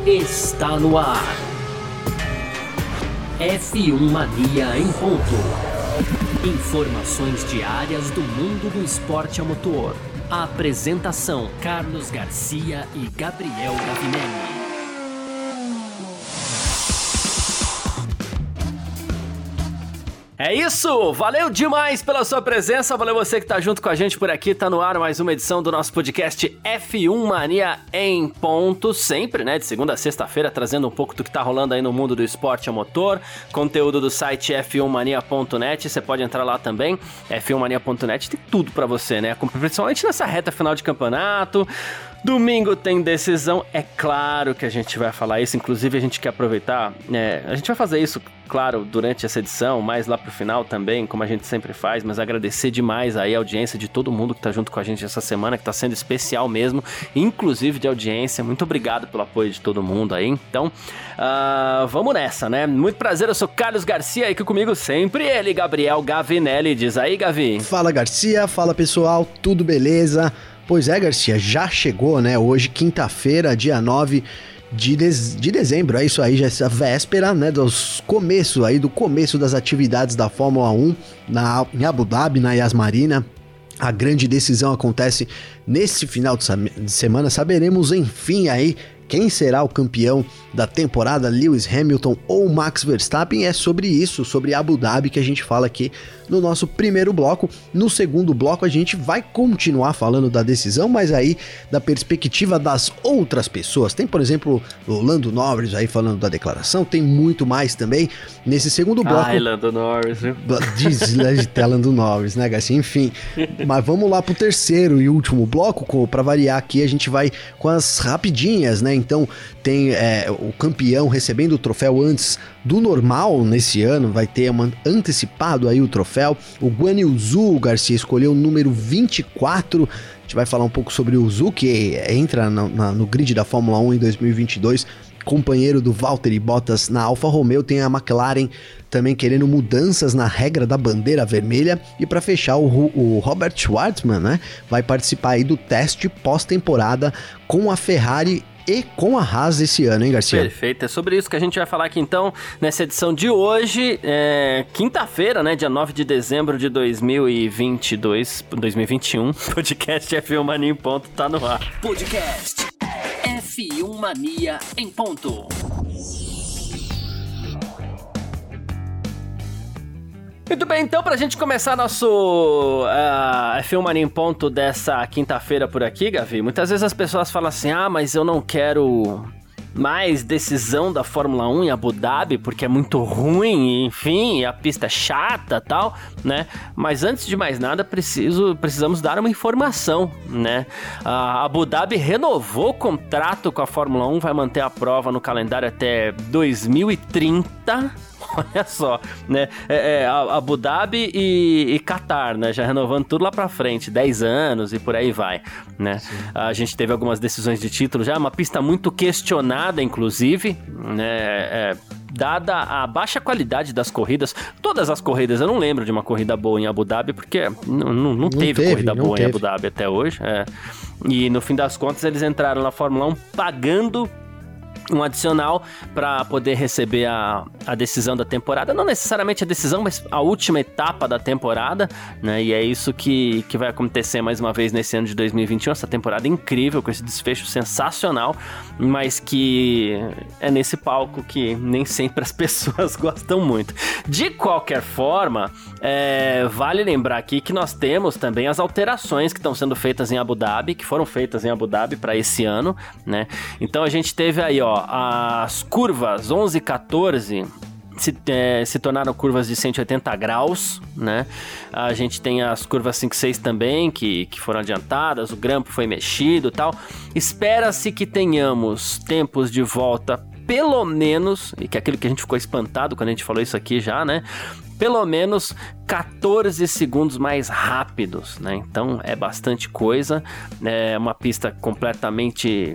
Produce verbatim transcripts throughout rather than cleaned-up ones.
está no ar. F um Mania em ponto. Informações diárias do mundo do esporte a motor. A apresentação: Carlos Garcia e Gabriel Gavinelli. É isso, valeu demais pela sua presença, valeu você que tá junto com a gente por aqui, tá no ar mais uma edição do nosso podcast F um Mania em ponto, sempre, né, de segunda a sexta-feira, trazendo um pouco do que tá rolando aí no mundo do esporte a motor, conteúdo do site F um mania ponto net, você pode entrar lá também, F um mania ponto net, tem tudo pra você, né, principalmente nessa reta final de campeonato. Domingo tem decisão, é claro que a gente vai falar isso, inclusive a gente quer aproveitar, é, a gente vai fazer isso, claro, durante essa edição, mais lá pro final também, como a gente sempre faz, mas agradecer demais aí a audiência de todo mundo que tá junto com a gente essa semana, que tá sendo especial mesmo, inclusive de audiência, muito obrigado pelo apoio de todo mundo aí, então, uh, vamos nessa, né, muito prazer, eu sou Carlos Garcia, aqui comigo sempre ele, Gabriel Gavinelli, diz aí, Gavi. Fala, Garcia, fala pessoal, tudo beleza? Pois é, Garcia, já chegou, né? Hoje, quinta-feira, dia nove de, de... de dezembro, é isso aí, já é essa véspera, né? Dos começos aí, do começo das atividades da Fórmula um na, em Abu Dhabi, na Yas Marina. A grande decisão acontece nesse final de semana, saberemos enfim aí quem será o campeão da temporada, Lewis Hamilton ou Max Verstappen. É sobre isso, sobre Abu Dhabi, que a gente fala aqui no nosso primeiro bloco. No segundo bloco a gente vai continuar falando da decisão, mas aí da perspectiva das outras pessoas. Tem, por exemplo, o Lando Norris aí falando da declaração, tem muito mais também nesse segundo bloco. Ai, Lando Norris, viu? Diz Lando Norris, né, Garcia? Enfim, mas vamos lá pro terceiro e último bloco, para variar aqui a gente vai com as rapidinhas, né? Então tem é, o campeão recebendo o troféu antes do normal nesse ano, vai ter uma, antecipado aí o troféu. O Guan Yu Zhou, Garcia, escolheu o número vinte e quatro. A gente vai falar um pouco sobre o Zhou, que entra no, na, no grid da Fórmula um em dois mil e vinte e dois, companheiro do Valtteri Bottas na Alfa Romeo. Tem a McLaren também querendo mudanças na regra da bandeira vermelha. E para fechar, o, o Robert Schwartzman, né, vai participar aí do teste pós-temporada com a Ferrari e com a Haas esse ano, hein, Garcia? Perfeito, é sobre isso que a gente vai falar aqui então, nessa edição de hoje, é, quinta-feira, né, dia nove de dezembro de dois mil e vinte e dois, dois mil e vinte e um, podcast F um Mania em ponto, tá no ar. Podcast F um Mania em ponto. Muito bem, então, pra gente começar nosso uh, F um Mania em ponto dessa quinta-feira por aqui, Gavi, muitas vezes as pessoas falam assim, ah, mas eu não quero mais decisão da Fórmula um em Abu Dhabi, porque é muito ruim, enfim, a pista é chata e tal, né? Mas antes de mais nada, preciso, precisamos dar uma informação, né? A Abu Dhabi renovou o contrato com a Fórmula um, vai manter a prova no calendário até dois mil e trinta. Olha só, né, é, é, Abu Dhabi e, e Qatar, né, já renovando tudo lá pra frente, dez anos e por aí vai, né. Sim. A gente teve algumas decisões de título já, uma pista muito questionada, inclusive, né, é, dada a baixa qualidade das corridas, todas as corridas, eu não lembro de uma corrida boa em Abu Dhabi, porque não, não, não teve, teve corrida não boa teve. em Abu Dhabi até hoje, é. E no fim das contas eles entraram na Fórmula um pagando um adicional para poder receber a, a decisão da temporada, não necessariamente a decisão, mas a última etapa da temporada, né, e é isso que, que vai acontecer mais uma vez nesse ano de dois mil e vinte e um, essa temporada incrível, com esse desfecho sensacional, mas que é nesse palco que nem sempre as pessoas gostam muito. De qualquer forma, é, vale lembrar aqui que nós temos também as alterações que estão sendo feitas em Abu Dhabi, que foram feitas em Abu Dhabi para esse ano, né, então a gente teve aí, ó, as curvas onze e quatorze se, é, se tornaram curvas de cento e oitenta graus, né? A gente tem as curvas cinco e seis também, que, que foram adiantadas, o grampo foi mexido e tal. Espera-se que tenhamos tempos de volta, pelo menos, e que é aquilo que a gente ficou espantado quando a gente falou isso aqui já, né? Pelo menos quatorze segundos mais rápidos, né? Então é bastante coisa, é uma pista completamente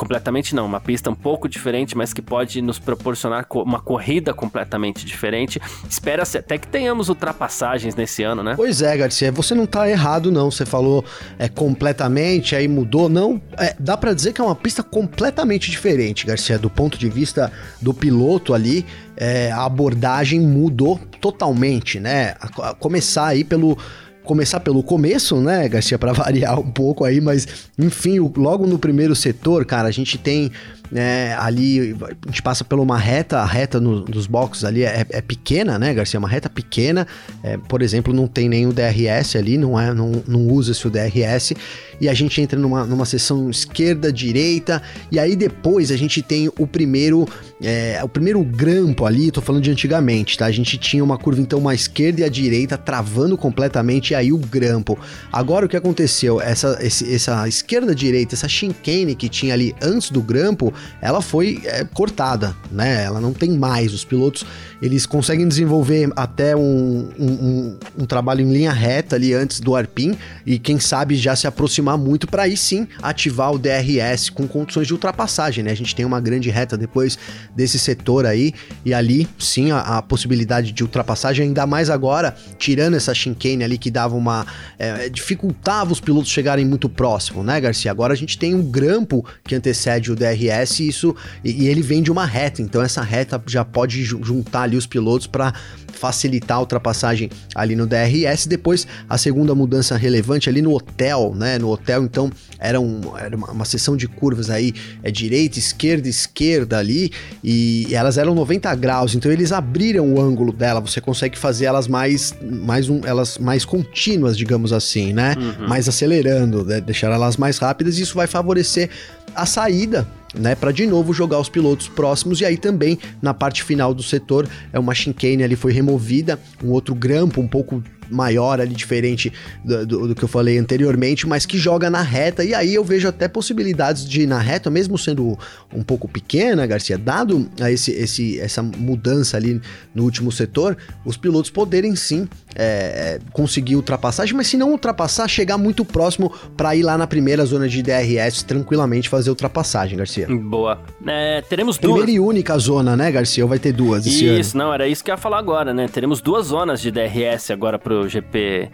completamente não, uma pista um pouco diferente, mas que pode nos proporcionar co- uma corrida completamente diferente. Espera-se até que tenhamos ultrapassagens nesse ano, né? Pois é, Garcia, você não tá errado não, você falou é, completamente, aí mudou, não, é, dá pra dizer que é uma pista completamente diferente, Garcia, do ponto de vista do piloto ali, é, a abordagem mudou totalmente, né, a, a começar aí pelo... Começar pelo começo, né, Garcia, para variar um pouco aí, mas enfim, logo no primeiro setor, cara, a gente tem é, ali, a gente passa por uma reta, a reta no, dos boxes ali é, é pequena, né, Garcia, uma reta pequena, é, por exemplo, não tem nem o D R S ali, não, é, não, não usa-se o D R S, e a gente entra numa, numa seção esquerda, direita, e aí depois a gente tem o primeiro, é, o primeiro grampo ali, tô falando de antigamente, tá, a gente tinha uma curva então uma esquerda e a direita travando completamente, e aí o grampo. Agora o que aconteceu? Essa, esse, essa esquerda-direita, essa chicane que tinha ali antes do grampo, ela foi é, cortada, né? Ela não tem mais. Os pilotos, eles conseguem desenvolver até um, um, um, um trabalho em linha reta ali antes do hairpin e quem sabe já se aproximar muito para aí sim ativar o D R S com condições de ultrapassagem, né? A gente tem uma grande reta depois desse setor aí e ali sim a, a possibilidade de ultrapassagem, ainda mais agora, tirando essa chicane ali que dava uma... É, dificultava os pilotos chegarem muito próximo, né, Garcia? Agora a gente tem um grampo que antecede o D R S e, isso, e, e ele vem de uma reta, então essa reta já pode juntar ali os pilotos para facilitar a ultrapassagem ali no D R S. Depois, a segunda mudança relevante ali no hotel, né? No hotel, então, era, um, era uma, uma seção de curvas aí, é direita, esquerda, esquerda ali, e elas eram noventa graus, então eles abriram o ângulo dela, você consegue fazer elas mais, mais, um, elas mais contínuas, digamos assim, né? Uhum. Mais acelerando, né? Deixar elas mais rápidas, e isso vai favorecer a saída, né, para de novo jogar os pilotos próximos. E aí também na parte final do setor é uma chicane ali foi removida, um outro grampo um pouco maior ali, diferente do, do, do que eu falei anteriormente, mas que joga na reta, e aí eu vejo até possibilidades de ir na reta, mesmo sendo um pouco pequena, Garcia, dado a esse, esse, essa mudança ali no último setor, os pilotos poderem sim é, conseguir ultrapassagem, mas se não ultrapassar, chegar muito próximo para ir lá na primeira zona de D R S tranquilamente fazer ultrapassagem, Garcia. Boa. É, teremos duas. Primeira e única zona, né, Garcia? Ou vai ter duas esse ano? Isso, não, era isso que eu ia falar agora, né? Teremos duas zonas de D R S agora pro G P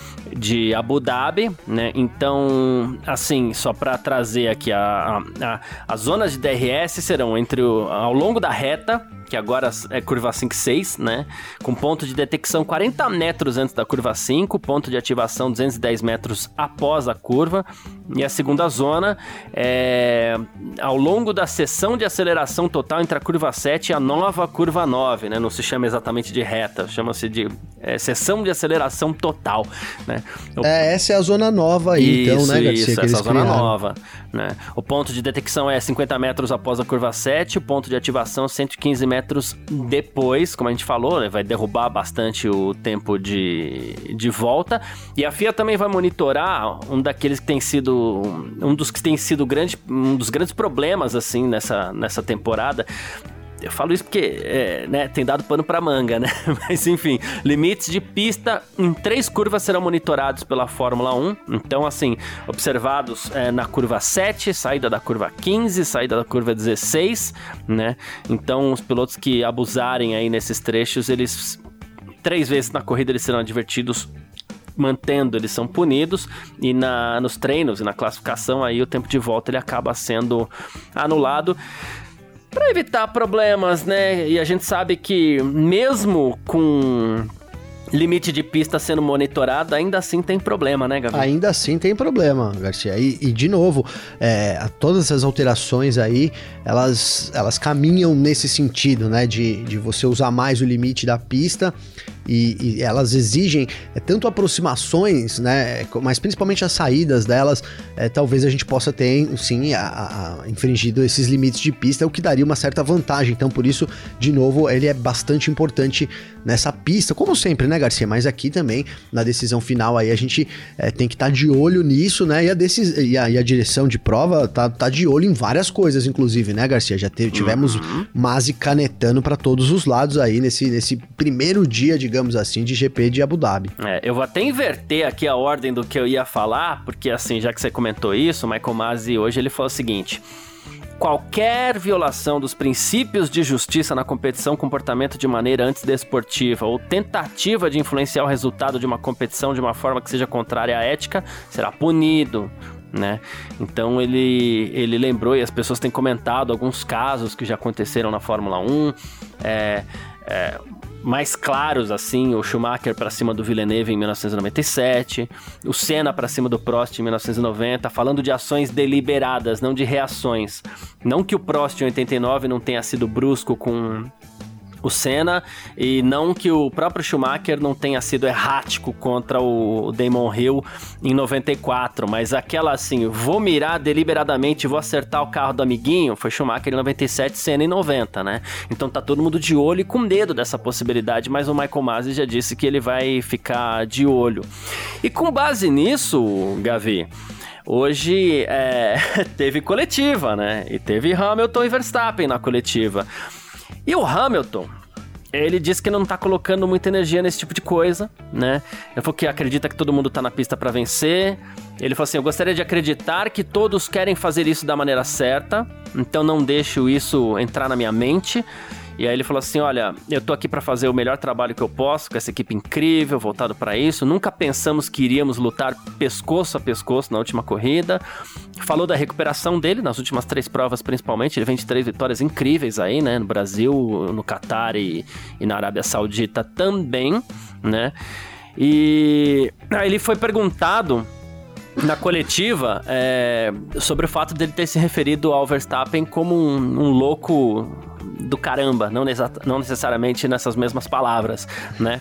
de Abu Dhabi, né? Então, assim, só para trazer aqui a, a, a, as zonas de D R S serão entre o, ao longo da reta, que agora é curva cinco e seis, né? Com ponto de detecção quarenta metros antes da curva cinco, ponto de ativação duzentos e dez metros após a curva. E a segunda zona é ao longo da seção de aceleração total entre a curva sete e a nova curva nove, né? Não se chama exatamente de reta, chama-se de é, seção de aceleração total, né? O... É, essa é a zona nova aí, isso, então, né, Garcia? Isso, que essa eles zona criaram. nova, né? O ponto de detecção é cinquenta metros após a curva sete, o ponto de ativação cento e quinze metros depois, como a gente falou, né? Vai derrubar bastante o tempo de, de volta. E a F I A também vai monitorar um daqueles que tem sido um dos que tem sido grande, um dos grandes problemas assim nessa, nessa temporada. Eu falo isso porque é, né, tem dado pano pra manga, né? Mas enfim, limites de pista em três curvas serão monitorados pela Fórmula um. Então, assim, observados é, na curva sete, saída da curva quinze, saída da curva dezesseis, né? Então, os pilotos que abusarem aí nesses trechos, eles três vezes na corrida eles serão advertidos, mantendo, eles são punidos, e na, nos treinos e na classificação aí o tempo de volta ele acaba sendo anulado para evitar problemas, né? E a gente sabe que mesmo com limite de pista sendo monitorado, ainda assim tem problema, né, Gabriel? Ainda assim tem problema, Garcia. E, e de novo, é, todas essas alterações aí, elas, elas caminham nesse sentido, né? De, de você usar mais o limite da pista. E, e elas exigem é, tanto aproximações, né, mas principalmente as saídas delas, é, talvez a gente possa ter, sim, a, a, infringido esses limites de pista, o que daria uma certa vantagem. Então, por isso, de novo, ele é bastante importante nessa pista, como sempre, né, Garcia? Mas aqui também, na decisão final, aí a gente é, tem que estar tá de olho nisso, né, e a, decis... e, a, e a direção de prova tá, tá de olho em várias coisas, inclusive, né, Garcia? Já teve, tivemos uhum. Masi canetando para todos os lados aí nesse, nesse primeiro dia, de digamos assim, de G P de Abu Dhabi. É, eu vou até inverter aqui a ordem do que eu ia falar, porque assim, já que você comentou isso, o Michael Masi hoje ele falou o seguinte: qualquer violação dos princípios de justiça na competição, comportamento de maneira antidesportiva ou tentativa de influenciar o resultado de uma competição de uma forma que seja contrária à ética, será punido, né? Então ele, ele lembrou, e as pessoas têm comentado alguns casos que já aconteceram na Fórmula um, é, é, mais claros assim, o Schumacher para cima do Villeneuve em mil novecentos e noventa e sete, o Senna para cima do Prost em mil novecentos e noventa, falando de ações deliberadas, não de reações. Não que o Prost em oitenta e nove não tenha sido brusco com o Senna, e não que o próprio Schumacher não tenha sido errático contra o Damon Hill em noventa e quatro, mas aquela assim, vou mirar deliberadamente, vou acertar o carro do amiguinho, foi Schumacher em noventa e sete, Senna em noventa, né? Então tá todo mundo de olho e com medo dessa possibilidade, mas o Michael Masi já disse que ele vai ficar de olho. E com base nisso, Gavi, hoje é, teve coletiva, né? E teve Hamilton e Verstappen na coletiva. E o Hamilton, ele disse que não tá colocando muita energia nesse tipo de coisa, né? Ele falou que acredita que todo mundo tá na pista pra vencer. Ele falou assim, eu gostaria de acreditar que todos querem fazer isso da maneira certa, então não deixo isso entrar na minha mente. E aí ele falou assim, olha, eu tô aqui pra fazer o melhor trabalho que eu posso, com essa equipe incrível, voltado pra isso. Nunca pensamos que iríamos lutar pescoço a pescoço na última corrida. Falou da recuperação dele nas últimas três provas, principalmente. Ele vem de três vitórias incríveis aí, né? No Brasil, no Catar e, e na Arábia Saudita também, né? E aí ele foi perguntado na coletiva é, sobre o fato dele ter se referido ao Verstappen como um, um louco do caramba, não, não necessariamente nessas mesmas palavras, né?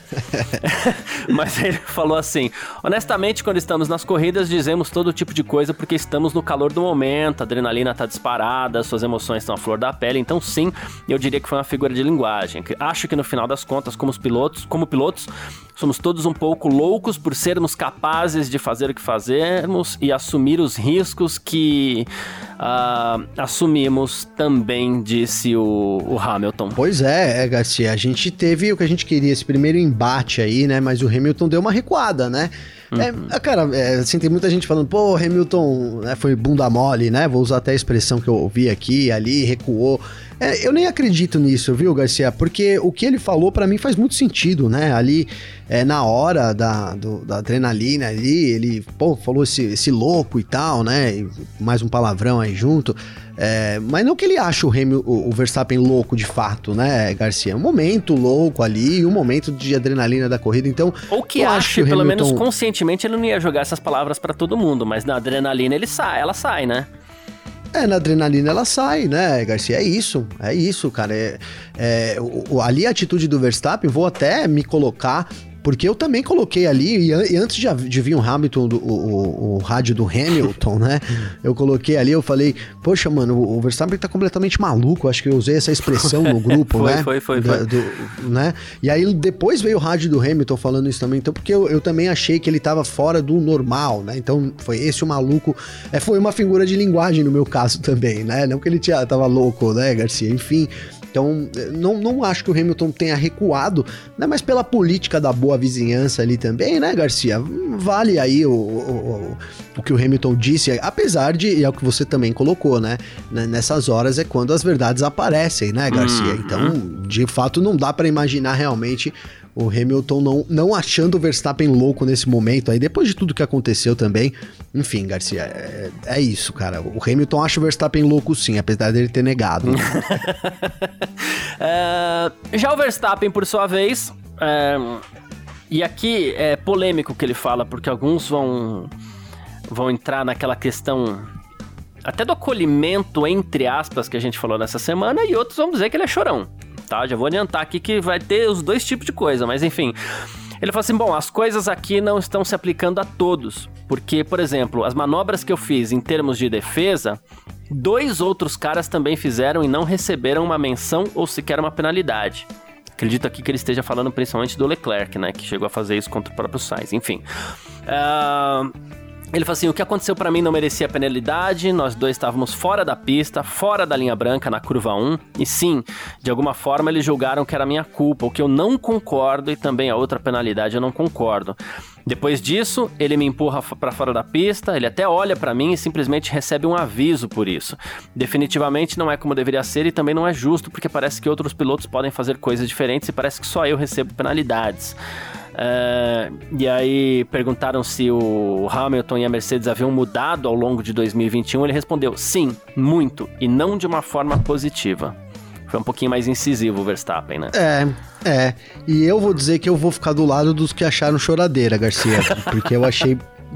Mas ele falou assim, honestamente, quando estamos nas corridas, dizemos todo tipo de coisa porque estamos no calor do momento, a adrenalina tá disparada, suas emoções estão à flor da pele, então sim, eu diria que foi uma figura de linguagem. Acho que no final das contas, como os pilotos, como pilotos, somos todos um pouco loucos por sermos capazes de fazer o que fazemos e assumir os riscos que uh, assumimos também, disse o, o Hamilton. Pois é, é, Garcia, a gente teve o que a gente queria, esse primeiro embate aí, né, mas o Hamilton deu uma recuada, né? Uhum. É, cara, é, assim, tem muita gente falando, pô, Hamilton, né, foi bunda mole, né? Vou usar até a expressão que eu ouvi aqui, ali, recuou. É, eu nem acredito nisso, viu, Garcia? Porque o que ele falou pra mim faz muito sentido, né? Ali, é, na hora da, do, da adrenalina ali, ele, pô, falou esse, esse louco e tal, né? E mais um palavrão aí junto. É, mas não que ele ache o, Hamilton, o, o Verstappen louco de fato, né, Garcia? É um momento louco ali, um momento de adrenalina da corrida, então... Ou que ache, que pelo Hamilton... menos conscientemente, ele não ia jogar essas palavras pra todo mundo, mas na adrenalina ele sai, ela sai, né? É, na adrenalina ela sai, né, Garcia? É isso, é isso, cara. É, é, o, ali a atitude do Verstappen, vou até me colocar... Porque eu também coloquei ali, e, an- e antes de, de vir o Hamilton, do, o, o, o rádio do Hamilton, né? Eu coloquei ali, eu falei, poxa, mano, o, o Verstappen tá completamente maluco. Acho que eu usei essa expressão no grupo, foi, né? Foi, foi, foi. Da, do, né? E aí depois veio o rádio do Hamilton falando isso também. Então, porque eu, eu também achei que ele tava fora do normal, né? Então, foi esse o maluco. É, foi uma figura de linguagem no meu caso também, né? Não que ele tinha, tava louco, né, Garcia? Enfim... Então, não, não acho que o Hamilton tenha recuado, né? Mas pela política da boa vizinhança ali também, né, Garcia? Vale aí o, o, o que o Hamilton disse, apesar de, e é o que você também colocou, né? Nessas horas é quando as verdades aparecem, né, Garcia? Então, de fato, não dá pra imaginar realmente o Hamilton não, não achando o Verstappen louco nesse momento aí, depois de tudo que aconteceu também. Enfim, Garcia, é, é isso, cara. O Hamilton acha o Verstappen louco sim, apesar dele ter negado. é, já o Verstappen, por sua vez, é, e aqui é polêmico o que ele fala, porque alguns vão, vão entrar naquela questão até do acolhimento, entre aspas, que a gente falou nessa semana, e outros vão dizer que ele é chorão. Tá, já vou adiantar aqui que vai ter os dois tipos de coisa, mas enfim. Ele falou assim, bom, as coisas aqui não estão se aplicando a todos, porque, por exemplo, as manobras que eu fiz em termos de defesa, dois outros caras também fizeram e não receberam uma menção ou sequer uma penalidade. Acredito aqui que ele esteja falando principalmente do Leclerc, né, que chegou a fazer isso contra o próprio Sainz, enfim. Uh... Ele falou assim, o que aconteceu pra mim não merecia penalidade, nós dois estávamos fora da pista, fora da linha branca, na curva um, e sim, de alguma forma eles julgaram que era minha culpa, o que eu não concordo, e também a outra penalidade eu não concordo. Depois disso, ele me empurra pra fora da pista, ele até olha pra mim e simplesmente recebe um aviso por isso. Definitivamente não é como deveria ser e também não é justo, porque parece que outros pilotos podem fazer coisas diferentes e parece que só eu recebo penalidades. Uh, e aí perguntaram se o Hamilton e a Mercedes haviam mudado ao longo de dois mil e vinte e um. Ele respondeu, sim, muito, e não de uma forma positiva. Foi um pouquinho mais incisivo o Verstappen, né? É, é. E eu vou dizer que eu vou ficar do lado dos que acharam choradeira, Garcia, porque eu achei...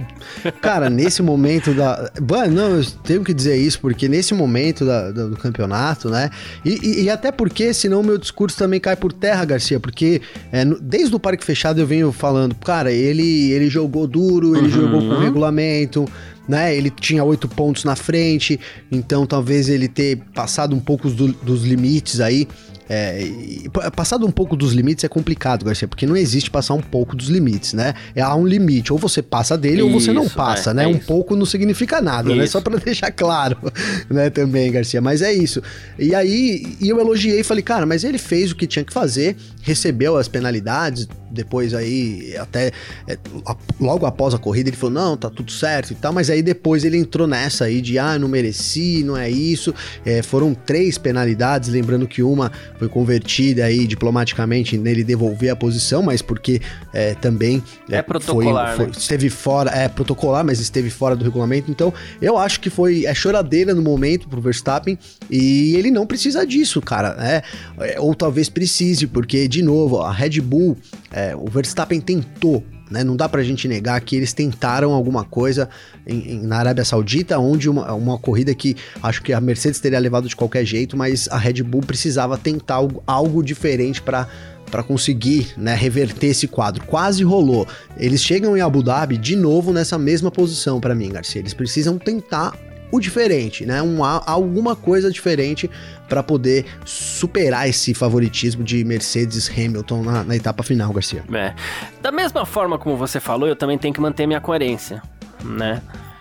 Cara, nesse momento da... Bom, não, eu tenho que dizer isso, porque nesse momento da, da, do campeonato, né? E, e, e até porque, senão o meu discurso também cai por terra, Garcia, porque é, no, desde o parque fechado eu venho falando, cara, ele, ele jogou duro, ele uhum. jogou com regulamento, né? Ele tinha oito pontos na frente, então talvez ele ter passado um pouco do, dos limites aí. É, passado um pouco dos limites é complicado, Garcia, porque não existe passar um pouco dos limites, né? Há um limite, ou você passa dele isso, ou você não passa, é, né? É um isso. pouco não significa nada, isso. né? Só pra deixar claro, né? Também, Garcia, mas é isso. E aí, e eu elogiei e falei, cara, mas ele fez o que tinha que fazer, recebeu as penalidades, depois aí, até é, logo após a corrida, ele falou, não, tá tudo certo e tal, mas aí depois ele entrou nessa aí de, ah, não mereci, não é isso, é, foram três penalidades, lembrando que uma foi convertida aí diplomaticamente nele devolver a posição, mas porque é, também é, é protocolar, foi, foi, né? esteve fora, é protocolar, mas esteve fora do regulamento, então eu acho que foi é choradeira no momento pro Verstappen e ele não precisa disso, cara, né? Ou talvez precise, porque de novo, a Red Bull, é, o Verstappen tentou, né? Não dá pra gente negar que eles tentaram alguma coisa em, em, na Arábia Saudita, onde uma, uma corrida que acho que a Mercedes teria levado de qualquer jeito, mas a Red Bull precisava tentar algo, algo diferente para para conseguir, né, reverter esse quadro. Quase rolou. Eles chegam em Abu Dhabi de novo nessa mesma posição para mim, Garcia. Eles precisam tentar o diferente, né? Um, alguma coisa diferente para poder superar esse favoritismo de Mercedes Hamilton na, na etapa final, Garcia. É. Da mesma forma como você falou, eu também tenho que manter minha coerência, né?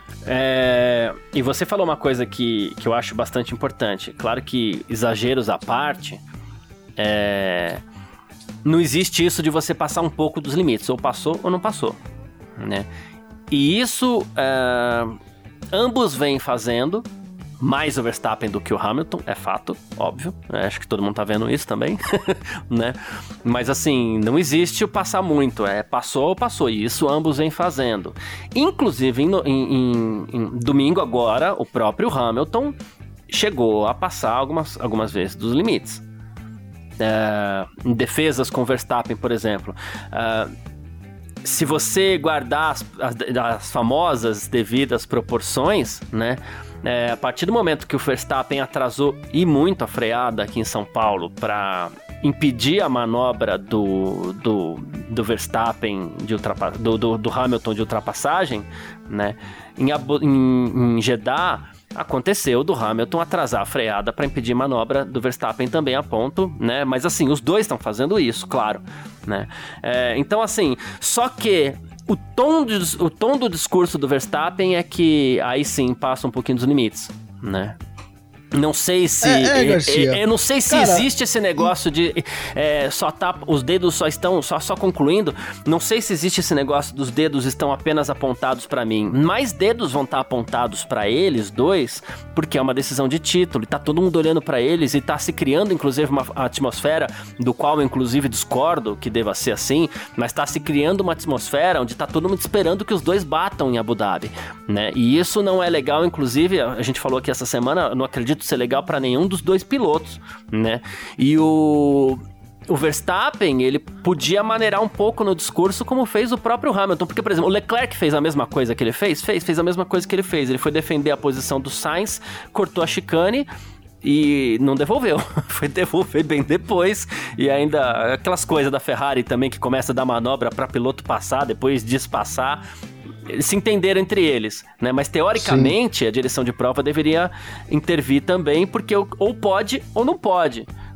É, e você falou uma coisa que, que eu acho bastante importante. Claro que exageros à parte, é, não existe isso de você passar um pouco dos limites, ou passou ou não passou, né? E isso é, ambos vêm fazendo, mais o Verstappen do que o Hamilton, é fato, óbvio, é, acho que todo mundo tá vendo isso também, né? Mas assim, não existe o passar muito, é passou ou passou, e isso ambos vêm fazendo. Inclusive, em, em, em, em domingo agora, o próprio Hamilton chegou a passar algumas, algumas vezes dos limites. É, em defesas com o Verstappen, por exemplo, é, se você guardar as, as, as famosas devidas proporções, né, é, a partir do momento que o Verstappen atrasou e muito a freada aqui em São Paulo para impedir a manobra do, do, do Verstappen, de ultrapa, do, do, do Hamilton de ultrapassagem, né, em, em, em Jeddah, aconteceu do Hamilton atrasar a freada para impedir a manobra do Verstappen também a ponto, né? Mas assim, os dois estão fazendo isso, claro, né? É, então assim, só que o tom, de, o tom do discurso do Verstappen é que aí sim passa um pouquinho dos limites, né? Não sei se... É, é, Garcia. Eu, eu não sei se Cara, existe esse negócio de... É, só tá, os dedos só estão... Só, só concluindo, não sei se existe esse negócio dos dedos estão apenas apontados pra mim. Mais dedos vão estar apontados pra eles dois, porque é uma decisão de título. E tá todo mundo olhando pra eles e tá se criando, inclusive, uma atmosfera do qual eu, inclusive, discordo que deva ser assim, mas tá se criando uma atmosfera onde tá todo mundo esperando que os dois batam em Abu Dhabi, né? E isso não é legal, inclusive, a gente falou aqui essa semana, eu não acredito ser legal para nenhum dos dois pilotos, né? E o o Verstappen, ele podia maneirar um pouco no discurso como fez o próprio Hamilton, porque, por exemplo, o Leclerc fez a mesma coisa que ele fez? Fez, fez a mesma coisa que ele fez. Ele foi defender a posição do Sainz, cortou a chicane e não devolveu. Foi devolver bem depois. E ainda aquelas coisas da Ferrari também, que começa a dar manobra para piloto passar, depois despassar. Eles se entenderam entre eles, né? Mas teoricamente Sim. a direção de prova deveria intervir também, porque ou pode ou não pode,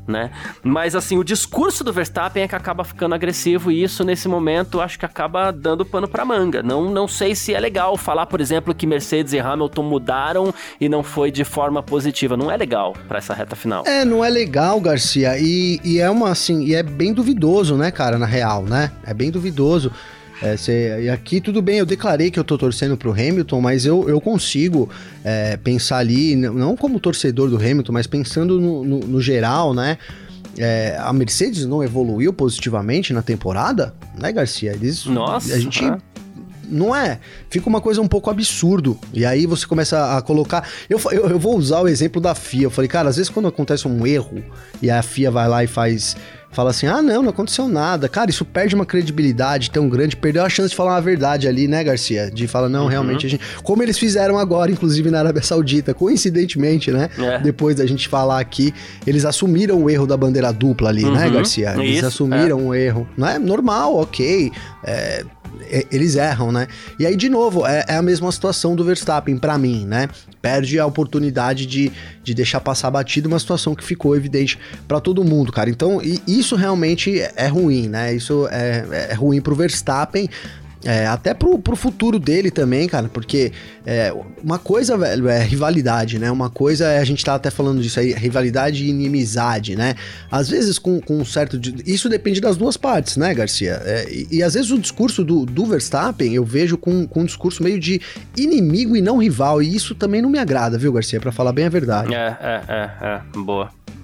né? Mas, assim, o discurso do Verstappen é que acaba ficando agressivo e isso, nesse momento, acho que acaba dando pano pra manga. Não, não sei se é legal falar, por exemplo, que Mercedes e Hamilton mudaram e não foi de forma positiva. Não é legal pra essa reta final. É, não é legal, Garcia, e, e é uma, assim, e é bem duvidoso, né, cara, na real, né? É bem duvidoso. É, cê, e aqui tudo bem, eu declarei que eu tô torcendo pro Hamilton, mas eu, eu consigo é, pensar ali, não como torcedor do Hamilton, mas pensando no, no, no geral, né? É, a Mercedes não evoluiu positivamente na temporada, né, Garcia? Eles, Nossa, a gente... é. Não é? Fica uma coisa um pouco absurdo. E aí você começa a colocar... Eu, eu, eu vou usar o exemplo da F I A. Eu falei, cara, às vezes quando acontece um erro e a F I A vai lá e faz... Fala assim, ah, não, não aconteceu nada. Cara, isso perde uma credibilidade tão grande. Perdeu a chance de falar uma verdade ali, né, Garcia? De falar, não, uhum. realmente, a gente... Como eles fizeram agora, inclusive na Arábia Saudita. Coincidentemente, né? É. Depois da gente falar aqui, eles assumiram o erro da bandeira dupla ali, uhum. né, Garcia? Eles isso, assumiram é. o erro. Não é normal, ok. É... Eles erram, né? E aí, de novo, é, é a mesma situação do Verstappen pra mim, né? Perde a oportunidade de, de deixar passar batido uma situação que ficou evidente pra todo mundo, cara. Então, e, isso realmente é ruim, né? Isso é, é ruim pro Verstappen, é, até pro, pro futuro dele também, cara, porque é, uma coisa, velho, é rivalidade, né? Uma coisa é, a gente tá até falando disso aí, rivalidade e inimizade, né? Às vezes com, com um certo... Isso depende das duas partes, né, Garcia? É, e, e às vezes o discurso do, do Verstappen eu vejo com, com um discurso meio de inimigo e não rival, e isso também não me agrada, viu, Garcia? Pra falar bem a verdade. É, é, é, é, boa.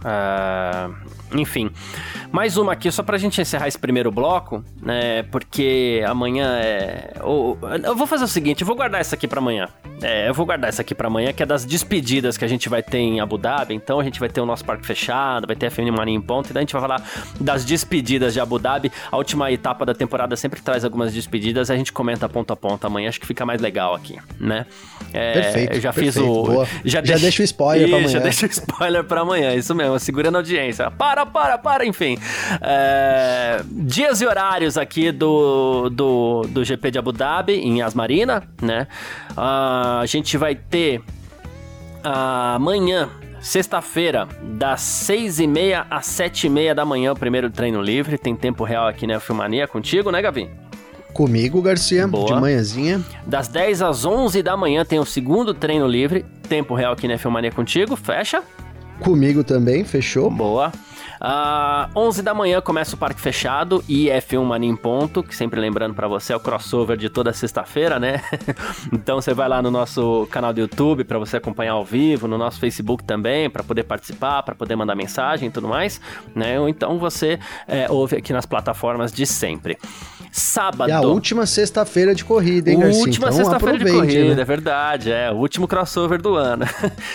Uh, enfim, mais uma aqui só pra gente encerrar esse primeiro bloco, né? Porque amanhã é... Eu, eu vou fazer o seguinte, eu vou guardar essa aqui pra amanhã. É, eu vou guardar essa aqui pra amanhã, que é das despedidas que a gente vai ter em Abu Dhabi. Então a gente vai ter o nosso parque fechado, vai ter a F M Mania em ponto, e daí a gente vai falar das despedidas de Abu Dhabi. A última etapa da temporada sempre traz algumas despedidas, a gente comenta ponto a ponto amanhã, acho que fica mais legal aqui, né? É, perfeito, eu já perfeito, fiz o... Boa. Já, já deixa o spoiler pra amanhã. Já deixa o spoiler pra amanhã, isso mesmo, segurando a audiência. Para, para, para, enfim. É, dias e horários aqui do, do, do G P de Abu Dhabi, em Yas Marina, né? Uh, a gente vai ter uh, amanhã, sexta-feira, das seis e meia às sete e meia da manhã, o primeiro treino livre. Tem tempo real aqui na F um Mania contigo, né, Gavi? Comigo, Garcia, Boa. De manhãzinha. Das dez às onze da manhã tem o segundo treino livre. Tempo real aqui na F um Mania contigo, fecha? Comigo também, fechou. Boa. Uh, onze da manhã começa o parque fechado e F um Mania em ponto, que sempre lembrando pra você é o crossover de toda sexta-feira, né? Então você vai lá no nosso canal do YouTube pra você acompanhar ao vivo, no nosso Facebook também, pra poder participar, pra poder mandar mensagem e tudo mais, né? Ou então você é, ouve aqui nas plataformas de sempre. Sábado. E a última sexta-feira de corrida, hein, Garcia? Última então, sexta-feira de corrida, né? É verdade, é. O último crossover do ano.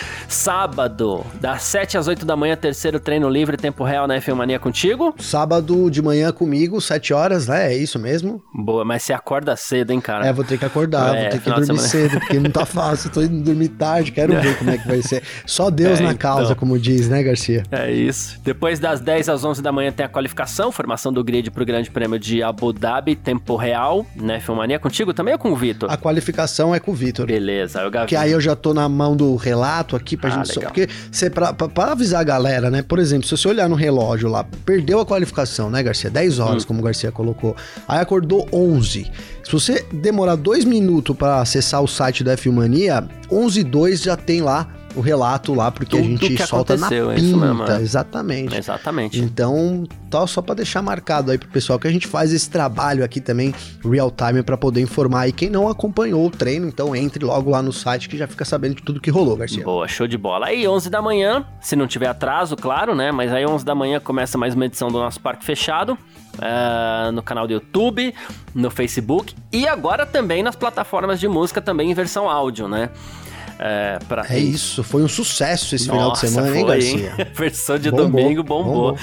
Sábado, das sete às oito da manhã, terceiro treino livre, tempo real na F um Mania contigo. Sábado de manhã comigo, sete horas, né? É isso mesmo? Boa, mas você acorda cedo, hein, cara? É, vou ter que acordar, é, vou ter que dormir cedo, porque não tá fácil, tô indo dormir tarde, quero ver como é que vai ser. Só Deus é, na causa, então, como diz, né, Garcia? É isso. Depois das dez às onze da manhã tem a qualificação, formação do grid pro Grande Prêmio de Abu Dhabi, tempo real, né, F um Mania contigo também ou com o Vitor? A qualificação é com o Vitor. Beleza, eu Gavi. Que aí eu já tô na mão do relato aqui pra ah, gente... Legal. Só, porque você, pra, pra, pra avisar a galera, né, por exemplo, se você olhar no relógio lá, perdeu a qualificação, né, Garcia? dez horas, hum. como o Garcia colocou. Aí acordou onze. Se você demorar dois minutos pra acessar o site da F um Mania, onze e dois já tem lá o relato lá, porque tudo a gente solta na pinta. Isso mesmo, é. Exatamente. Exatamente. Então, tá só pra deixar marcado aí pro pessoal que a gente faz esse trabalho aqui também, real time, pra poder informar aí quem não acompanhou o treino. Então, entre logo lá no site que já fica sabendo de tudo que rolou, Garcia. Boa, show de bola. Aí, onze da manhã, se não tiver atraso, claro, né? Mas aí, onze da manhã começa mais uma edição do nosso Parque Fechado. Uh, no canal do YouTube, no Facebook e agora também nas plataformas de música, também em versão áudio, né? É, pra... é isso, foi um sucesso esse Nossa, final de semana, foi, hein, Garcia? Hein? Versão de bombou, domingo bombou. bombou.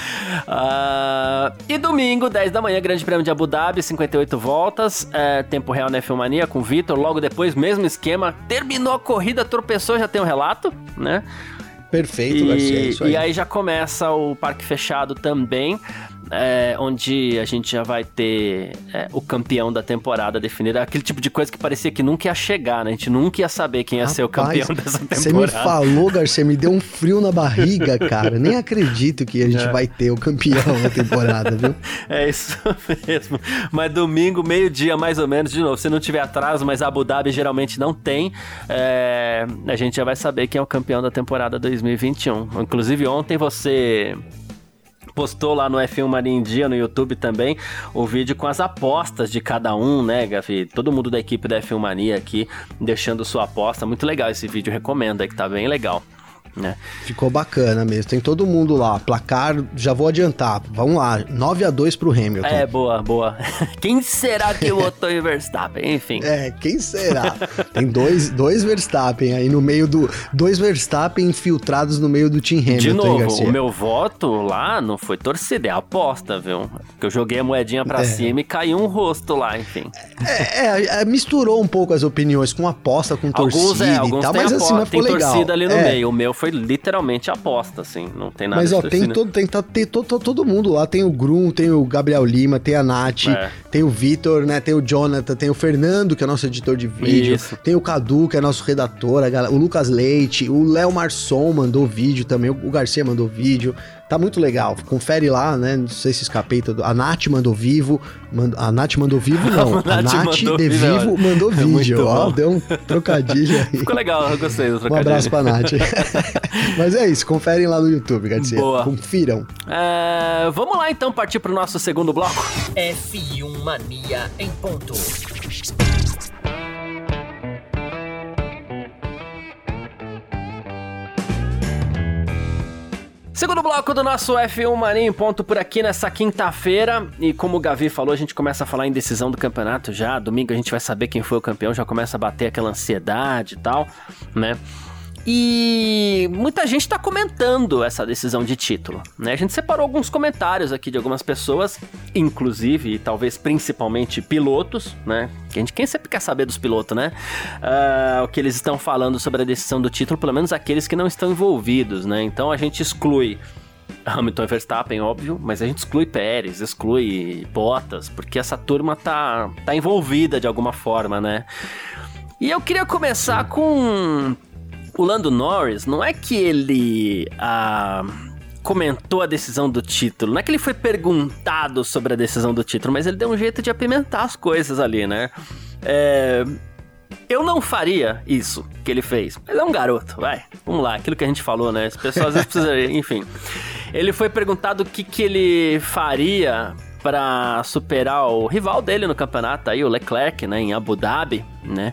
Uh, e domingo, dez da manhã, Grande Prêmio de Abu Dhabi, cinquenta e oito voltas, é, tempo real na F um Mania com o Vitor. Logo depois, mesmo esquema, terminou a corrida, tropeçou, já tem um relato, né? Perfeito, e, Garcia, é isso aí. E aí já começa o parque fechado também. é, onde a gente já vai ter é, o campeão da temporada definido. Aquele tipo de coisa que parecia que nunca ia chegar, né? A gente nunca ia saber quem ia Rapaz, ser o campeão dessa temporada. Você me falou, Garcia, me deu um frio na barriga, cara. Nem acredito que a gente é. vai ter o campeão da temporada, viu? É isso mesmo. Mas domingo, meio-dia mais ou menos, de novo, se não tiver atraso, mas Abu Dhabi geralmente não tem, é, a gente já vai saber quem é o campeão da temporada dois mil e vinte e um. Inclusive, ontem você postou lá no F um Mania em Dia, no YouTube também, o vídeo com as apostas de cada um, né, Gavi? Todo mundo da equipe da F um Mania aqui deixando sua aposta. Muito legal esse vídeo, recomendo aí, que tá bem legal. Né? Ficou bacana mesmo, tem todo mundo lá, placar, já vou adiantar, vamos lá, nove a dois pro Hamilton. É, boa, boa. Quem será que votou em Verstappen? Enfim. É, quem será? Tem dois, dois Verstappen aí no meio do... Dois Verstappen infiltrados no meio do Team Hamilton. De novo, o meu voto lá não foi torcida, é aposta, viu? Porque eu joguei a moedinha pra é. cima e caiu um rosto lá, enfim. É, é, é, misturou um pouco as opiniões com aposta, com torcida alguns, é, alguns e tal, mas assim, mas tem legal. torcida ali no é. meio, o meu foi literalmente aposta, assim, não tem nada Mas, de ó, tem, todo, tem, tem todo, todo mundo lá, tem o Grum, tem o Gabriel Lima, tem a Nath, é. tem o Vitor, né, tem o Jonathan, tem o Fernando, que é nosso editor de vídeo, Isso. tem o Cadu, que é nosso redator, a, o Lucas Leite, o Léo Marçom mandou vídeo também, o, o Garcia mandou vídeo. Tá muito legal, confere lá, né? Não sei se escapei todo. A Nath mandou vivo. Mand... A Nath mandou vivo, não. A Nath, Nath de vivo mandou é vídeo. Ó, deu um trocadilho aí. Ficou legal, eu gostei do trocadilho. Um abraço pra Nath. Mas é isso, conferem lá no YouTube, Garcia. Boa. Confiram. É, vamos lá então partir pro nosso segundo bloco. F um Mania em ponto. Segundo bloco do nosso F um Mania em ponto por aqui nessa quinta-feira. E como o Gavi falou, a gente começa a falar em decisão do campeonato já. Domingo a gente vai saber quem foi o campeão, já começa a bater aquela ansiedade e tal, né? E muita gente tá comentando essa decisão de título, né? A gente separou alguns comentários aqui de algumas pessoas, inclusive, e talvez principalmente pilotos, né? Que a gente, quem sempre quer saber dos pilotos, né? Uh, o que eles estão falando sobre a decisão do título, pelo menos aqueles que não estão envolvidos, né? Então a gente exclui Hamilton e Verstappen, óbvio, mas a gente exclui Pérez, exclui Bottas, porque essa turma tá, tá envolvida de alguma forma, né? E eu queria começar com... O Lando Norris, não é que ele ah, comentou a decisão do título, não é que ele foi perguntado sobre a decisão do título, mas ele deu um jeito de apimentar as coisas ali, né? É, eu não faria isso que ele fez, mas é um garoto, vai, vamos lá, aquilo que a gente falou, né? As pessoas às vezes precisam, enfim. Ele foi perguntado o que, que ele faria para superar o rival dele no campeonato, aí, o Leclerc, né, em Abu Dhabi, né?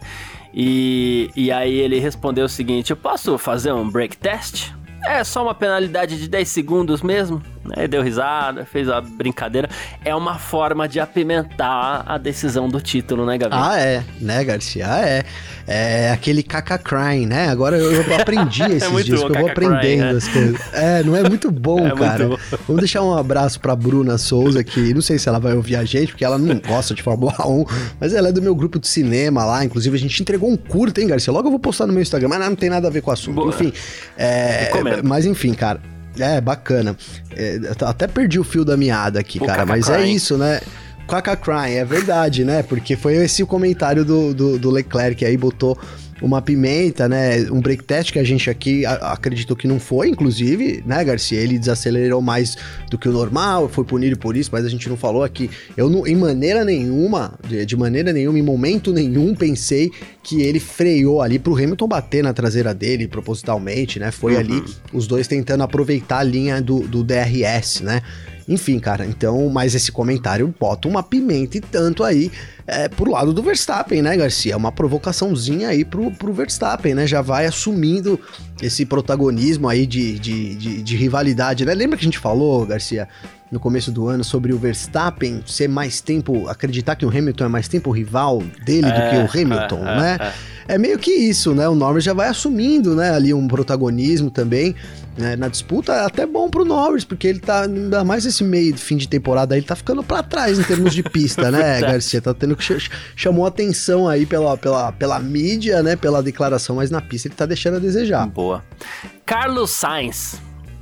E, e aí ele respondeu o seguinte: eu posso fazer um break test? É só uma penalidade de dez segundos mesmo. Aí deu risada, fez a brincadeira. É uma forma de apimentar a decisão do título, né, Gabi? Ah, é, né, Garcia? Ah, é. É aquele caca crying, né? Agora eu, eu aprendi esses é dias, que eu vou aprendendo crying, as né? coisas. É, não é muito bom, é cara. Muito bom. Vamos deixar um abraço pra Bruna Souza, que não sei se ela vai ouvir a gente, porque ela não gosta de Fórmula um, mas ela é do meu grupo de cinema lá. Inclusive, a gente entregou um curta, hein, Garcia? Logo eu vou postar no meu Instagram, mas não, não tem nada a ver com o assunto. Boa. Enfim, é, mas enfim, cara. É, bacana. É, até perdi o fio da meada aqui, o cara, mas crying. É isso, né? Caca crying, é verdade, né? Porque foi esse o comentário do, do, do Leclerc, aí botou uma pimenta, né? Um break test que a gente aqui a, acreditou que não foi, inclusive, né, Garcia? Ele desacelerou mais do que o normal, foi punido por isso, mas a gente não falou aqui. Eu, não, em maneira nenhuma, de, de maneira nenhuma, em momento nenhum, pensei que ele freou ali pro Hamilton bater na traseira dele, propositalmente, né? Foi uhum. ali os dois tentando aproveitar a linha do, do D R S, né? Enfim, cara, então, mas esse comentário bota uma pimenta e tanto aí é, pro lado do Verstappen, né, Garcia? Uma provocaçãozinha aí pro, pro Verstappen, né? Já vai assumindo esse protagonismo aí de, de, de, de rivalidade, né? Lembra que a gente falou, Garcia, no começo do ano, sobre o Verstappen ser mais tempo, acreditar que o Hamilton é mais tempo rival dele é, do que o Hamilton, é, né? É, é. É meio que isso, né? O Norris já vai assumindo, né, ali um protagonismo também, né, na disputa. É até bom pro Norris, porque ele tá, ainda mais esse meio de fim de temporada, ele tá ficando pra trás em termos de pista, né, Garcia? Tá tendo que ch- chamou atenção aí pela, pela, pela mídia, né, pela declaração, mas na pista ele tá deixando a desejar. Boa. Carlos Sainz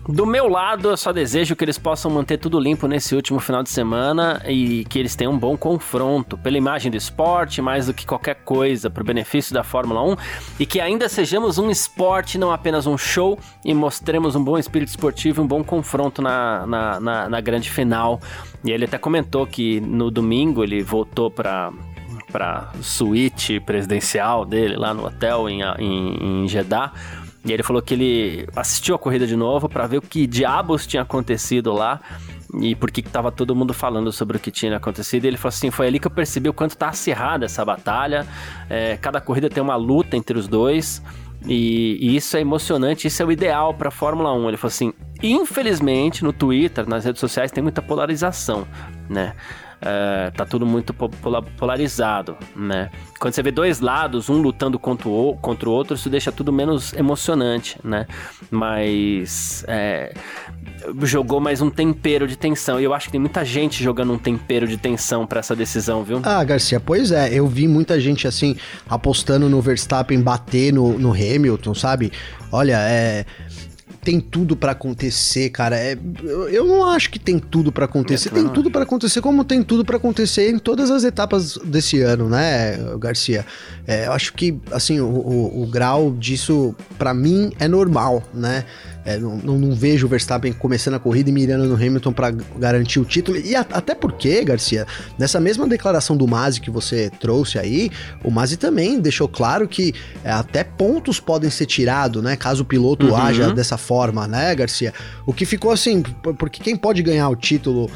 Do meu lado, eu só desejo que eles possam manter tudo limpo nesse último final de semana e que eles tenham um bom confronto, pela imagem do esporte, mais do que qualquer coisa, pro benefício da Fórmula um, e que ainda sejamos um esporte, não apenas um show, e mostremos um bom espírito esportivo e um bom confronto na, na, na, na grande final. E ele até comentou que no domingo ele voltou para para suíte presidencial dele lá no hotel em, em, em Jeddah. E ele falou que ele assistiu a corrida de novo para ver o que diabos tinha acontecido lá e por que tava todo mundo falando sobre o que tinha acontecido. E ele falou assim, foi ali que eu percebi o quanto tá acirrada essa batalha. É, cada corrida tem uma luta entre os dois e, e isso é emocionante, isso é o ideal para a Fórmula um. Ele falou assim, infelizmente no Twitter, nas redes sociais tem muita polarização, né? Uh, tá tudo muito polarizado, né? Quando você vê dois lados, um lutando contra o, contra o outro, isso deixa tudo menos emocionante, né? Mas é, jogou mais um tempero de tensão. E eu acho que tem muita gente jogando um tempero de tensão pra essa decisão, viu? Ah, Garcia, pois é. Eu vi muita gente, assim, apostando no Verstappen bater no, no Hamilton, sabe? Olha, é... tem tudo pra acontecer, cara. É, eu, eu não acho que tem tudo pra acontecer. Tem tudo pra acontecer, como tem tudo pra acontecer em todas as etapas desse ano, né, Garcia? É, eu acho que, assim, o, o, o grau disso, pra mim, é normal, né? É, não, não, não vejo o Verstappen começando a corrida e mirando no Hamilton para garantir o título. E a, até porque, Garcia, nessa mesma declaração do Masi que você trouxe aí, o Masi também deixou claro que é, até pontos podem ser tirados, né? Caso o piloto uhum. haja dessa forma, né, Garcia? O que ficou assim, porque quem pode ganhar o título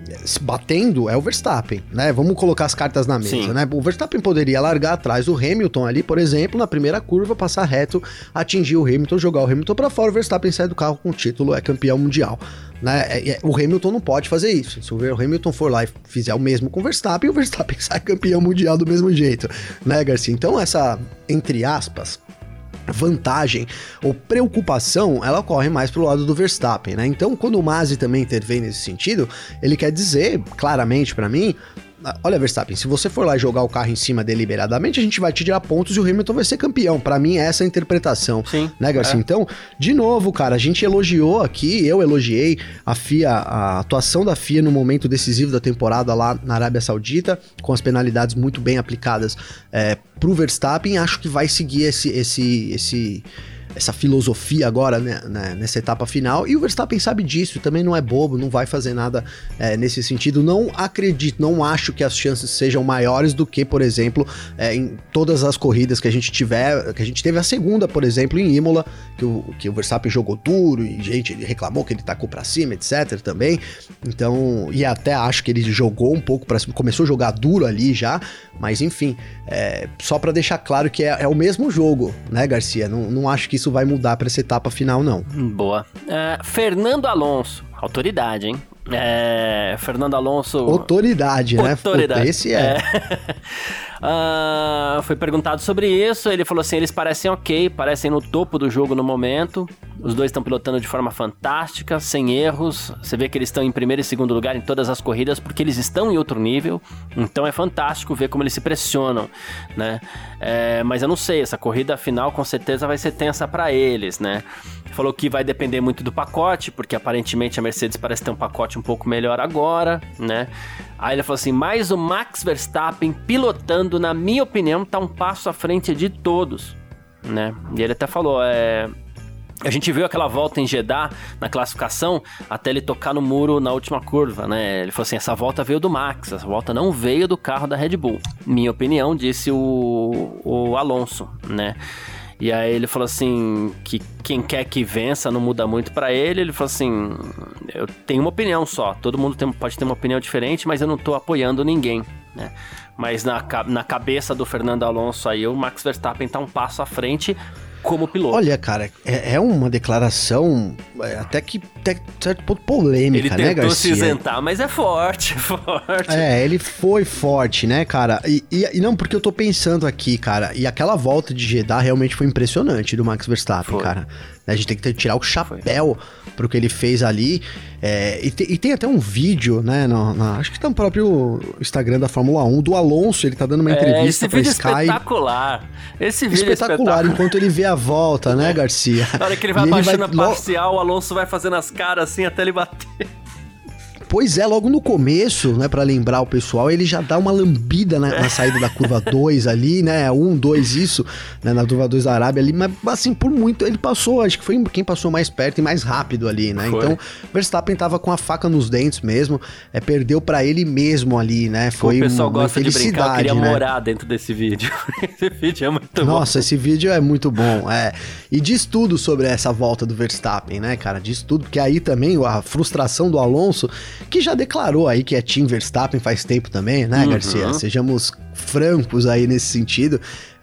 batendo é o Verstappen, né? Vamos colocar as cartas na mesa, Sim. né? O Verstappen poderia largar atrás do Hamilton ali, por exemplo, na primeira curva, passar reto, atingir o Hamilton, jogar o Hamilton pra fora, o Verstappen sai do carro com o título, é campeão mundial, né? O Hamilton não pode fazer isso. Se o Hamilton for lá e fizer o mesmo com o Verstappen, o Verstappen sai campeão mundial do mesmo jeito, né, Garcia? Então essa, entre aspas, vantagem ou preocupação, ela ocorre mais pro lado do Verstappen, né? Então, quando o Masi também intervém nesse sentido, ele quer dizer claramente pra mim, olha, Verstappen, se você for lá e jogar o carro em cima deliberadamente, a gente vai te tirar pontos e o Hamilton vai ser campeão. Pra mim, essa é a interpretação, Sim, né, Garcia? É. Então, de novo, cara, a gente elogiou aqui, eu elogiei a F I A, a atuação da F I A no momento decisivo da temporada lá na Arábia Saudita, com as penalidades muito bem aplicadas é, pro Verstappen. Acho que vai seguir esse... esse, esse essa filosofia agora, né, né, nessa etapa final, e o Verstappen sabe disso, também não é bobo, não vai fazer nada é, nesse sentido. Não acredito, não acho que as chances sejam maiores do que, por exemplo, é, em todas as corridas que a gente tiver, que a gente teve a segunda, por exemplo, em Imola, que o, que o Verstappen jogou duro, e gente, ele reclamou que ele tacou pra cima, etc também, então, e até acho que ele jogou um pouco pra cima, começou a jogar duro ali já, mas enfim, é, só pra deixar claro que é, é o mesmo jogo, né, Garcia? Não, não acho que isso vai mudar para essa etapa final, não. Boa. Uh, Fernando Alonso, autoridade, hein? É, Fernando Alonso... Autoridade, né? Autoridade. Esse é. é. uh, foi perguntado sobre isso, ele falou assim, eles parecem ok, parecem no topo do jogo no momento, os dois estão pilotando de forma fantástica, sem erros, você vê que eles estão em primeiro e segundo lugar em todas as corridas, porque eles estão em outro nível, então é fantástico ver como eles se pressionam, né? É, mas eu não sei, essa corrida final com certeza vai ser tensa para eles, né? Falou que vai depender muito do pacote, porque aparentemente a Mercedes parece ter um pacote um pouco melhor agora, né? Aí ele falou assim, mas o Max Verstappen pilotando, na minha opinião, tá um passo à frente de todos, né? E ele até falou, é... a gente viu aquela volta em Jeddah, na classificação, até ele tocar no muro na última curva, né? Ele falou assim, essa volta veio do Max, essa volta não veio do carro da Red Bull. Minha opinião, disse o, o Alonso, né? E aí ele falou assim, que quem quer que vença não muda muito pra ele. Ele falou assim, eu tenho uma opinião só, todo mundo tem, pode ter uma opinião diferente, mas eu não tô apoiando ninguém, né? Mas na, na cabeça do Fernando Alonso aí, o Max Verstappen tá um passo à frente como piloto. Olha, cara, é, é uma declaração até que até certo ponto polêmica, né, Garcia? Ele tentou se isentar, mas é forte, forte. É, ele foi forte, né, cara? E, e, e não, porque eu tô pensando aqui, cara, e aquela volta de Jeddah realmente foi impressionante do Max Verstappen, foi. cara. A gente tem que ter, tirar o chapéu Foi. pro que ele fez ali. É, e, te, e tem até um vídeo, né? No, na, acho que tá no próprio Instagram da Fórmula um, do Alonso. Ele tá dando uma entrevista é, pra Sky. Espetacular. Esse vídeo espetacular. é espetacular. Enquanto ele vê a volta, né, Garcia? Na hora que ele vai e baixando ele vai... a parcial, o Alonso vai fazendo as caras assim até ele bater. Pois é, logo no começo, né, pra lembrar o pessoal, ele já dá uma lambida na, na saída da curva dois ali, né, um, dois, isso, né, na curva dois da Arábia ali, mas assim, por muito, ele passou, acho que foi quem passou mais perto e mais rápido ali, né, foi. Então, Verstappen tava com a faca nos dentes mesmo, é, perdeu pra ele mesmo ali, né, foi o pessoal uma, gosta uma de brincar, eu queria né? morar dentro desse vídeo, esse vídeo é muito bom. Nossa, esse vídeo é muito bom, é, e diz tudo sobre essa volta do Verstappen, né, cara, diz tudo, porque aí também a frustração do Alonso, que já declarou aí que é Team Verstappen faz tempo também, né, uhum. Garcia? Sejamos francos aí nesse sentido.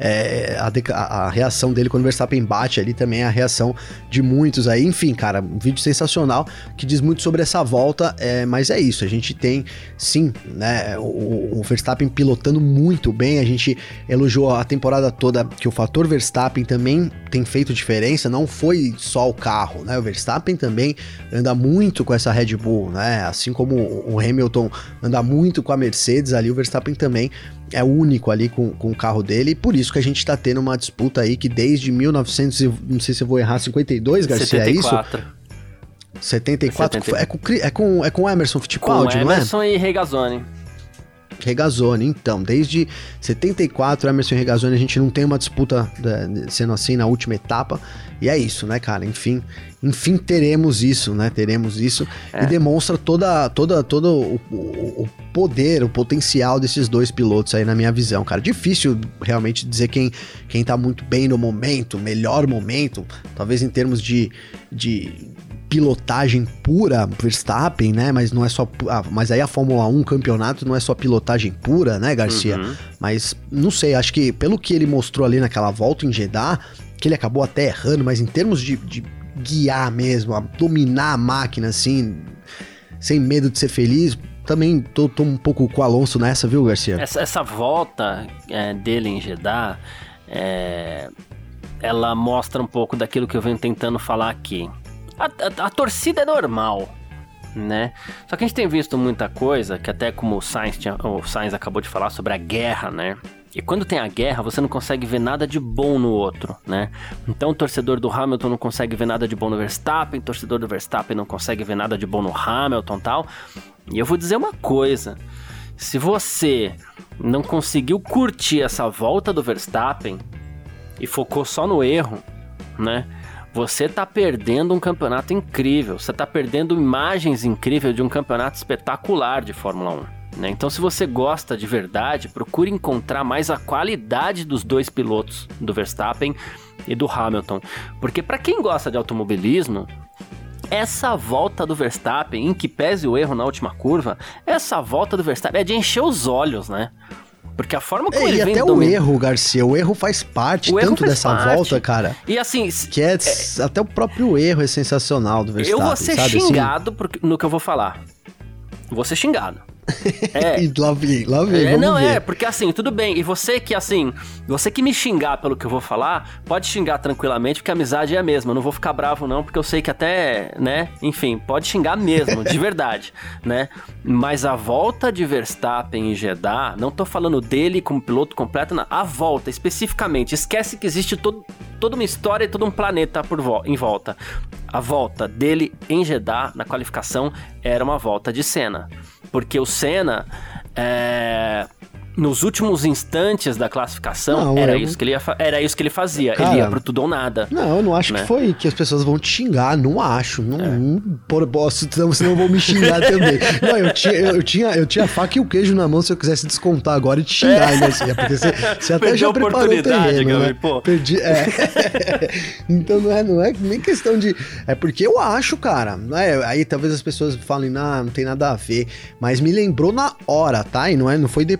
É, a, a, a reação dele quando o Verstappen bate ali também é a reação de muitos aí. Enfim, cara, um vídeo sensacional que diz muito sobre essa volta, é, mas é isso, a gente tem sim, né, o, o Verstappen pilotando muito bem, a gente elogiou a temporada toda que o fator Verstappen também tem feito diferença, não foi só o carro, né, o Verstappen também anda muito com essa Red Bull, né, assim como o Hamilton anda muito com a Mercedes ali, o Verstappen também é único ali com, com o carro dele, e por isso que a gente tá tendo uma disputa aí que desde mil e novecentos, não sei se eu vou errar, cinquenta e dois, Garcia, setenta e quatro. É isso? setenta e quatro? setenta e quatro. É com, é com, é com o Emerson Fittipaldi, não é? Com Emerson e Regazzoni. Regazzoni, então, desde setenta e quatro, Emerson e Regazzoni, a gente não tem uma disputa de, de, sendo assim na última etapa, e é isso, né, cara, enfim, enfim teremos isso, né, teremos isso, é. E demonstra toda, toda, todo o, o, o poder, o potencial desses dois pilotos aí na minha visão, cara, difícil realmente dizer quem, quem tá muito bem no momento, melhor momento, talvez em termos de, de pilotagem pura, Verstappen, né, mas não é só, ah, mas aí a Fórmula um, campeonato, não é só pilotagem pura, né, Garcia, uhum. Mas não sei, acho que pelo que ele mostrou ali naquela volta em Jeddah, que ele acabou até errando, mas em termos de, de guiar mesmo, a dominar a máquina assim, sem medo de ser feliz, também tô, tô um pouco com o Alonso nessa, viu, Garcia? Essa, essa volta é, dele em Jeddah, é, ela mostra um pouco daquilo que eu venho tentando falar aqui. A, a, a torcida é normal, né? Só que a gente tem visto muita coisa, que até como o Sainz, tinha, o Sainz acabou de falar sobre a guerra, né? E quando tem a guerra, você não consegue ver nada de bom no outro, né? Então o torcedor do Hamilton não consegue ver nada de bom no Verstappen, o torcedor do Verstappen não consegue ver nada de bom no Hamilton e tal. E eu vou dizer uma coisa, se você não conseguiu curtir essa volta do Verstappen e focou só no erro, né? Você tá perdendo um campeonato incrível, você tá perdendo imagens incríveis de um campeonato espetacular de Fórmula um, né? Então, se você gosta de verdade, procure encontrar mais a qualidade dos dois pilotos, do Verstappen e do Hamilton. Porque para quem gosta de automobilismo, essa volta do Verstappen, em que pese o erro na última curva, essa volta do Verstappen é de encher os olhos, né? Porque a forma como é, ele e vem... até domin... o erro, Garcia, o erro faz parte o tanto erro faz dessa parte. volta, cara. E assim... Que é, é... Até o próprio erro é sensacional do Verstappen, eu vou ser sabe, xingado assim? Porque, no que eu vou falar. Vou ser xingado. É. lá vem, lá vem, é, vamos Não, ver. é, porque assim, tudo bem. E você que, assim, você que me xingar pelo que eu vou falar, pode xingar tranquilamente, porque a amizade é a mesma. Eu não vou ficar bravo, não, porque eu sei que até, né, enfim, pode xingar mesmo, de verdade, né? Mas a volta de Verstappen em Jeddah, não tô falando dele como piloto completo, não. A volta, especificamente, esquece que existe todo, toda uma história e todo um planeta por vo- em volta. A volta dele em Jeddah, na qualificação, era uma volta de Senna. Porque o Senna, é, nos últimos instantes da classificação, não, era, eu... isso que ele ia fa- era isso que ele fazia. Cara, ele ia pro tudo ou nada. Não, eu não acho, né, que foi que as pessoas vão te xingar. Não acho. Não, é. não por, posso, senão vão me xingar também. Não, eu tinha, eu, eu, tinha, eu tinha a faca e o queijo na mão se eu quisesse descontar agora e te xingar, é. Né? Assim, porque você, você até já preparou o terreno, né? Pô. Perdi, é. Então não é, não é nem questão de... É porque eu acho, cara. Não é, aí talvez as pessoas falem, não, não tem nada a ver. Mas me lembrou na hora, tá? E não, é, não foi depois.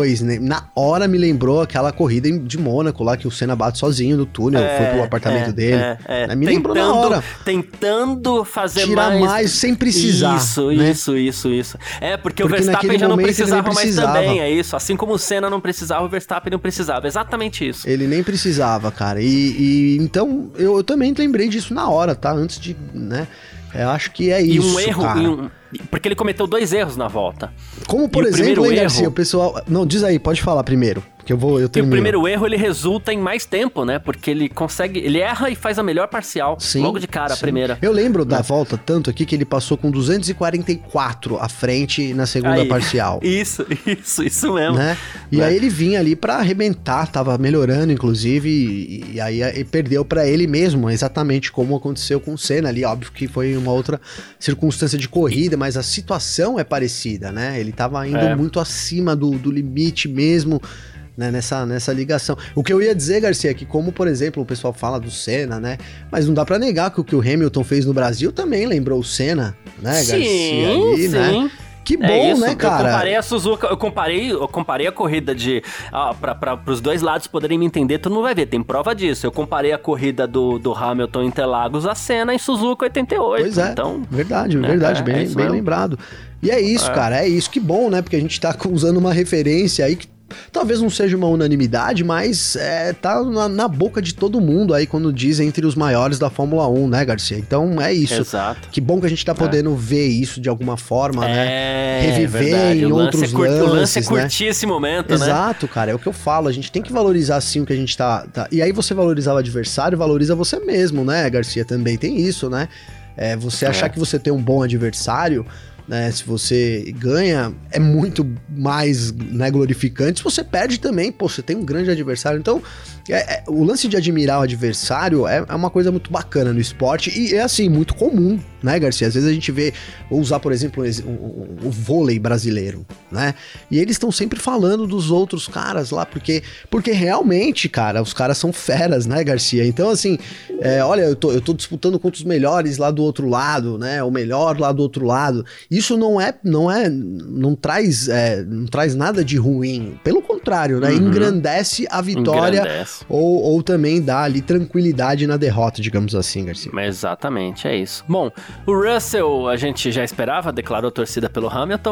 dois, né? Na hora me lembrou aquela corrida de Mônaco lá, que o Senna bate sozinho no túnel, é, foi pro apartamento é, dele. É, é. Me tentando, lembrou na hora. Tentando fazer Tirar mais... mais sem precisar. Isso, né? isso, isso, isso. É, porque, porque o Verstappen já não precisava, precisava mais também, é isso. Assim como o Senna não precisava, o Verstappen não precisava. Exatamente isso. Ele nem precisava, cara. E, e então, eu, eu também lembrei disso na hora, tá? Antes de, né? Eu acho que é isso, E um erro, cara. E um, porque ele cometeu dois erros na volta. Como, por e exemplo, hein, erro, Garcia, o pessoal... Não, diz aí, pode falar primeiro, que eu vou, eu termino. E o primeiro erro, ele resulta em mais tempo, né? Porque ele consegue... Ele erra e faz a melhor parcial, sim, logo de cara, sim. a primeira. Eu lembro da é. volta tanto aqui que ele passou com duzentos e quarenta e quatro à frente na segunda aí, parcial. Isso, isso, isso mesmo. Né? E né? aí ele vinha ali pra arrebentar, tava melhorando, inclusive, e, e aí ele perdeu pra ele mesmo, exatamente como aconteceu com o Senna ali. Óbvio que foi uma outra circunstância de corrida, mas a situação é parecida, né? Ele tava indo é. muito acima do, do limite mesmo, né? Nessa, nessa ligação. O que eu ia dizer, Garcia, é que como, por exemplo, o pessoal fala do Senna, né? Mas não dá pra negar que o que o Hamilton fez no Brasil também lembrou o Senna, né, Garcia? Sim, ali, sim. Né? Que bom, é isso, né, cara? Eu comparei a Suzuka, eu comparei, eu comparei a corrida de... Ah, pra, pra, pros dois lados poderem me entender, tu não vai ver, tem prova disso. Eu comparei a corrida do, do Hamilton em Interlagos a Senna em Suzuka oitenta e oito. Pois é, então, verdade, verdade, é, bem, é bem lembrado. E é isso, é. cara, é isso, que bom, né? Porque a gente tá usando uma referência aí que talvez não seja uma unanimidade, mas é, tá na, na boca de todo mundo aí quando diz entre os maiores da Fórmula um, né, Garcia? Então é isso. Exato. Que bom que a gente tá podendo é. ver isso de alguma forma, é, né? Reviver verdade. em o outros é cur... lances, O lance é curtir né? esse momento, Exato, né? Exato, cara, é o que eu falo, a gente tem que valorizar assim o que a gente tá... tá... E aí você valorizar o adversário, valoriza você mesmo, né, Garcia? Também tem isso, né? É, você achar é. que você tem um bom adversário... Né, se você ganha, é muito mais, né, glorificante. Se você perde também, pô, você tem um grande adversário. Então, é, é, o lance de admirar o adversário é, é uma coisa muito bacana no esporte e é, assim, muito comum, né, Garcia? Às vezes a gente vê, vou usar, por exemplo, o, o, o vôlei brasileiro, né? E eles estão sempre falando dos outros caras lá, porque, porque realmente, cara, os caras são feras, né, Garcia? Então, assim, é, olha, eu tô, eu tô disputando contra os melhores lá do outro lado, né? O melhor lá do outro lado. Isso não é, não é, não traz, é, não traz nada de ruim. Pelo contrário, né? Uhum. Engrandece a vitória Engrandece. Ou, ou também dá ali tranquilidade na derrota, digamos assim, Garcia. Exatamente, é isso. Bom, o Russell a gente já esperava, declarou torcida pelo Hamilton.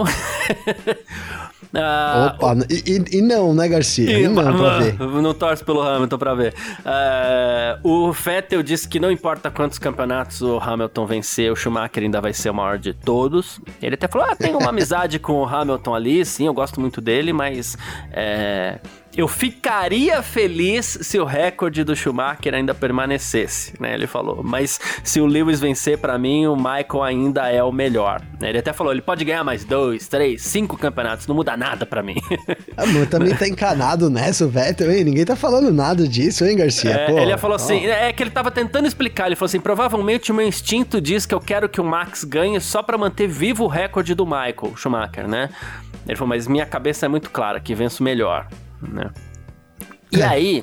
Uh, Opa, o... e, e não, né, Garcia? E, e não, pra ver. Não torce pelo Hamilton pra ver. Uh, o Vettel disse que não importa quantos campeonatos o Hamilton vencer, o Schumacher ainda vai ser o maior de todos. Ele até falou, ah, tenho uma amizade com o Hamilton ali, sim, eu gosto muito dele, mas... É... eu ficaria feliz se o recorde do Schumacher ainda permanecesse, né? Ele falou, mas se o Lewis vencer, pra mim, o Michael ainda é o melhor. Ele até falou, ele pode ganhar mais dois, três, cinco campeonatos, não muda nada pra mim. Ah, mas também tá encanado nessa, o Vettel, hein? Ninguém tá falando nada disso, hein, Garcia? É, Pô, ele falou assim, ó. é que ele tava tentando explicar, ele falou assim, provavelmente o meu instinto diz que eu quero que o Max ganhe só pra manter vivo o recorde do Michael Schumacher, né? Ele falou, mas minha cabeça é muito clara, que venço melhor. Né? E é. aí,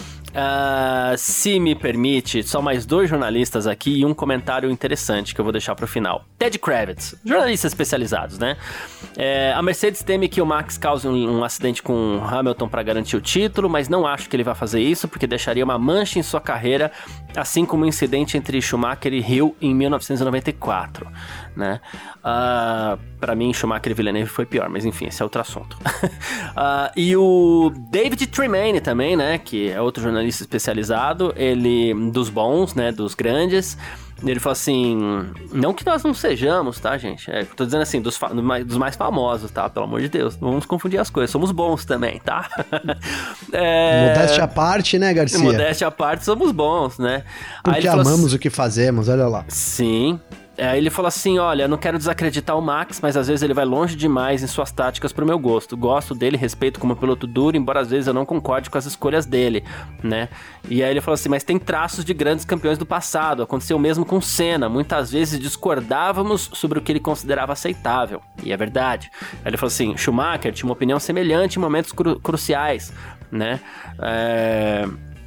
uh, se me permite, só mais dois jornalistas aqui e um comentário interessante que eu vou deixar pro final. Ted Kravitz, jornalistas especializados, né? É, a Mercedes teme que o Max cause um, um acidente com o Hamilton para garantir o título, mas não acho que ele vai fazer isso, porque deixaria uma mancha em sua carreira, assim como o incidente entre Schumacher e Hill em mil novecentos e noventa e quatro, né? Uh, para mim, Schumacher e Villeneuve foi pior, mas enfim, esse é outro assunto. uh, e o David Tremayne também, né, que é outro jornalista especializado, ele, dos bons, né, dos grandes, ele falou assim, não que nós não sejamos, tá, gente? É, tô dizendo assim, dos, fa- dos mais famosos, tá? Pelo amor de Deus, não vamos confundir as coisas, somos bons também, tá? é... Modéstia à parte, né, Garcia? Modéstia à parte, somos bons, né? Porque Aí amamos assim, o que fazemos, olha lá. Sim. Aí ele falou assim, olha, não quero desacreditar o Max, mas às vezes ele vai longe demais em suas táticas pro meu gosto. Gosto dele, respeito como piloto duro, embora às vezes eu não concorde com as escolhas dele, né? E aí ele falou assim, mas tem traços de grandes campeões do passado, aconteceu mesmo com Senna, muitas vezes discordávamos sobre o que ele considerava aceitável, e é verdade. Aí ele falou assim, Schumacher tinha uma opinião semelhante em momentos cru- cruciais, né? É...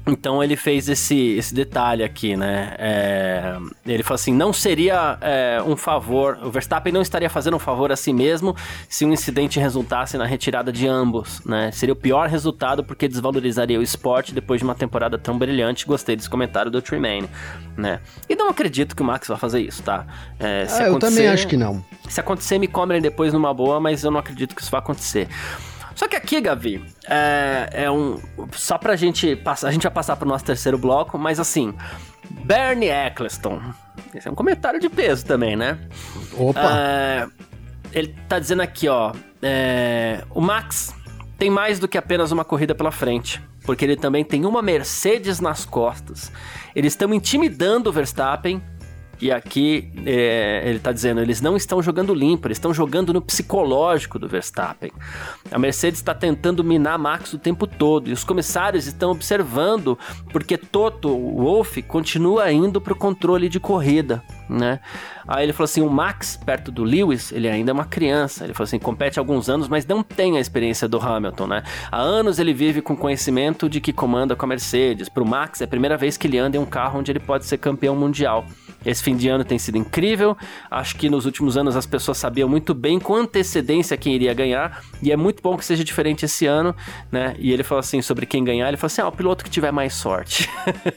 Então ele fez esse, esse detalhe aqui, né? É, ele falou assim, não seria é, um favor, o Verstappen não estaria fazendo um favor a si mesmo se um incidente resultasse na retirada de ambos, né? Seria o pior resultado porque desvalorizaria o esporte depois de uma temporada tão brilhante. Gostei desse comentário do Tremaine, né? E não acredito que o Max vai fazer isso, tá? É, se ah, eu também acho que não. Se acontecer, me cobrem depois numa boa, mas eu não acredito que isso vai acontecer. Só que aqui, Gavi, é, é um... Só pra gente passar... A gente vai passar pro nosso terceiro bloco, mas assim... Bernie Eccleston. Esse é um comentário de peso também, né? Opa! É, ele tá dizendo aqui, ó... É, o Max tem mais do que apenas uma corrida pela frente. Porque ele também tem uma Mercedes nas costas. Eles estão intimidando o Verstappen... E aqui é, ele tá dizendo, eles não estão jogando limpo, eles estão jogando no psicológico do Verstappen. A Mercedes está tentando minar Max o tempo todo, e os comissários estão observando, porque Toto Wolff continua indo pro controle de corrida, né? Aí ele falou assim, o Max, perto do Lewis, ele ainda é uma criança. Ele falou assim, compete há alguns anos, mas não tem a experiência do Hamilton, né? Há anos ele vive com conhecimento de que comanda com a Mercedes. Pro Max, é a primeira vez que ele anda em um carro onde ele pode ser campeão mundial. Esse fim de ano tem sido incrível. Acho que nos últimos anos as pessoas sabiam muito bem com antecedência quem iria ganhar, e é muito bom que seja diferente esse ano, né? E ele falou assim, sobre quem ganhar, ele falou assim, ah, o piloto que tiver mais sorte.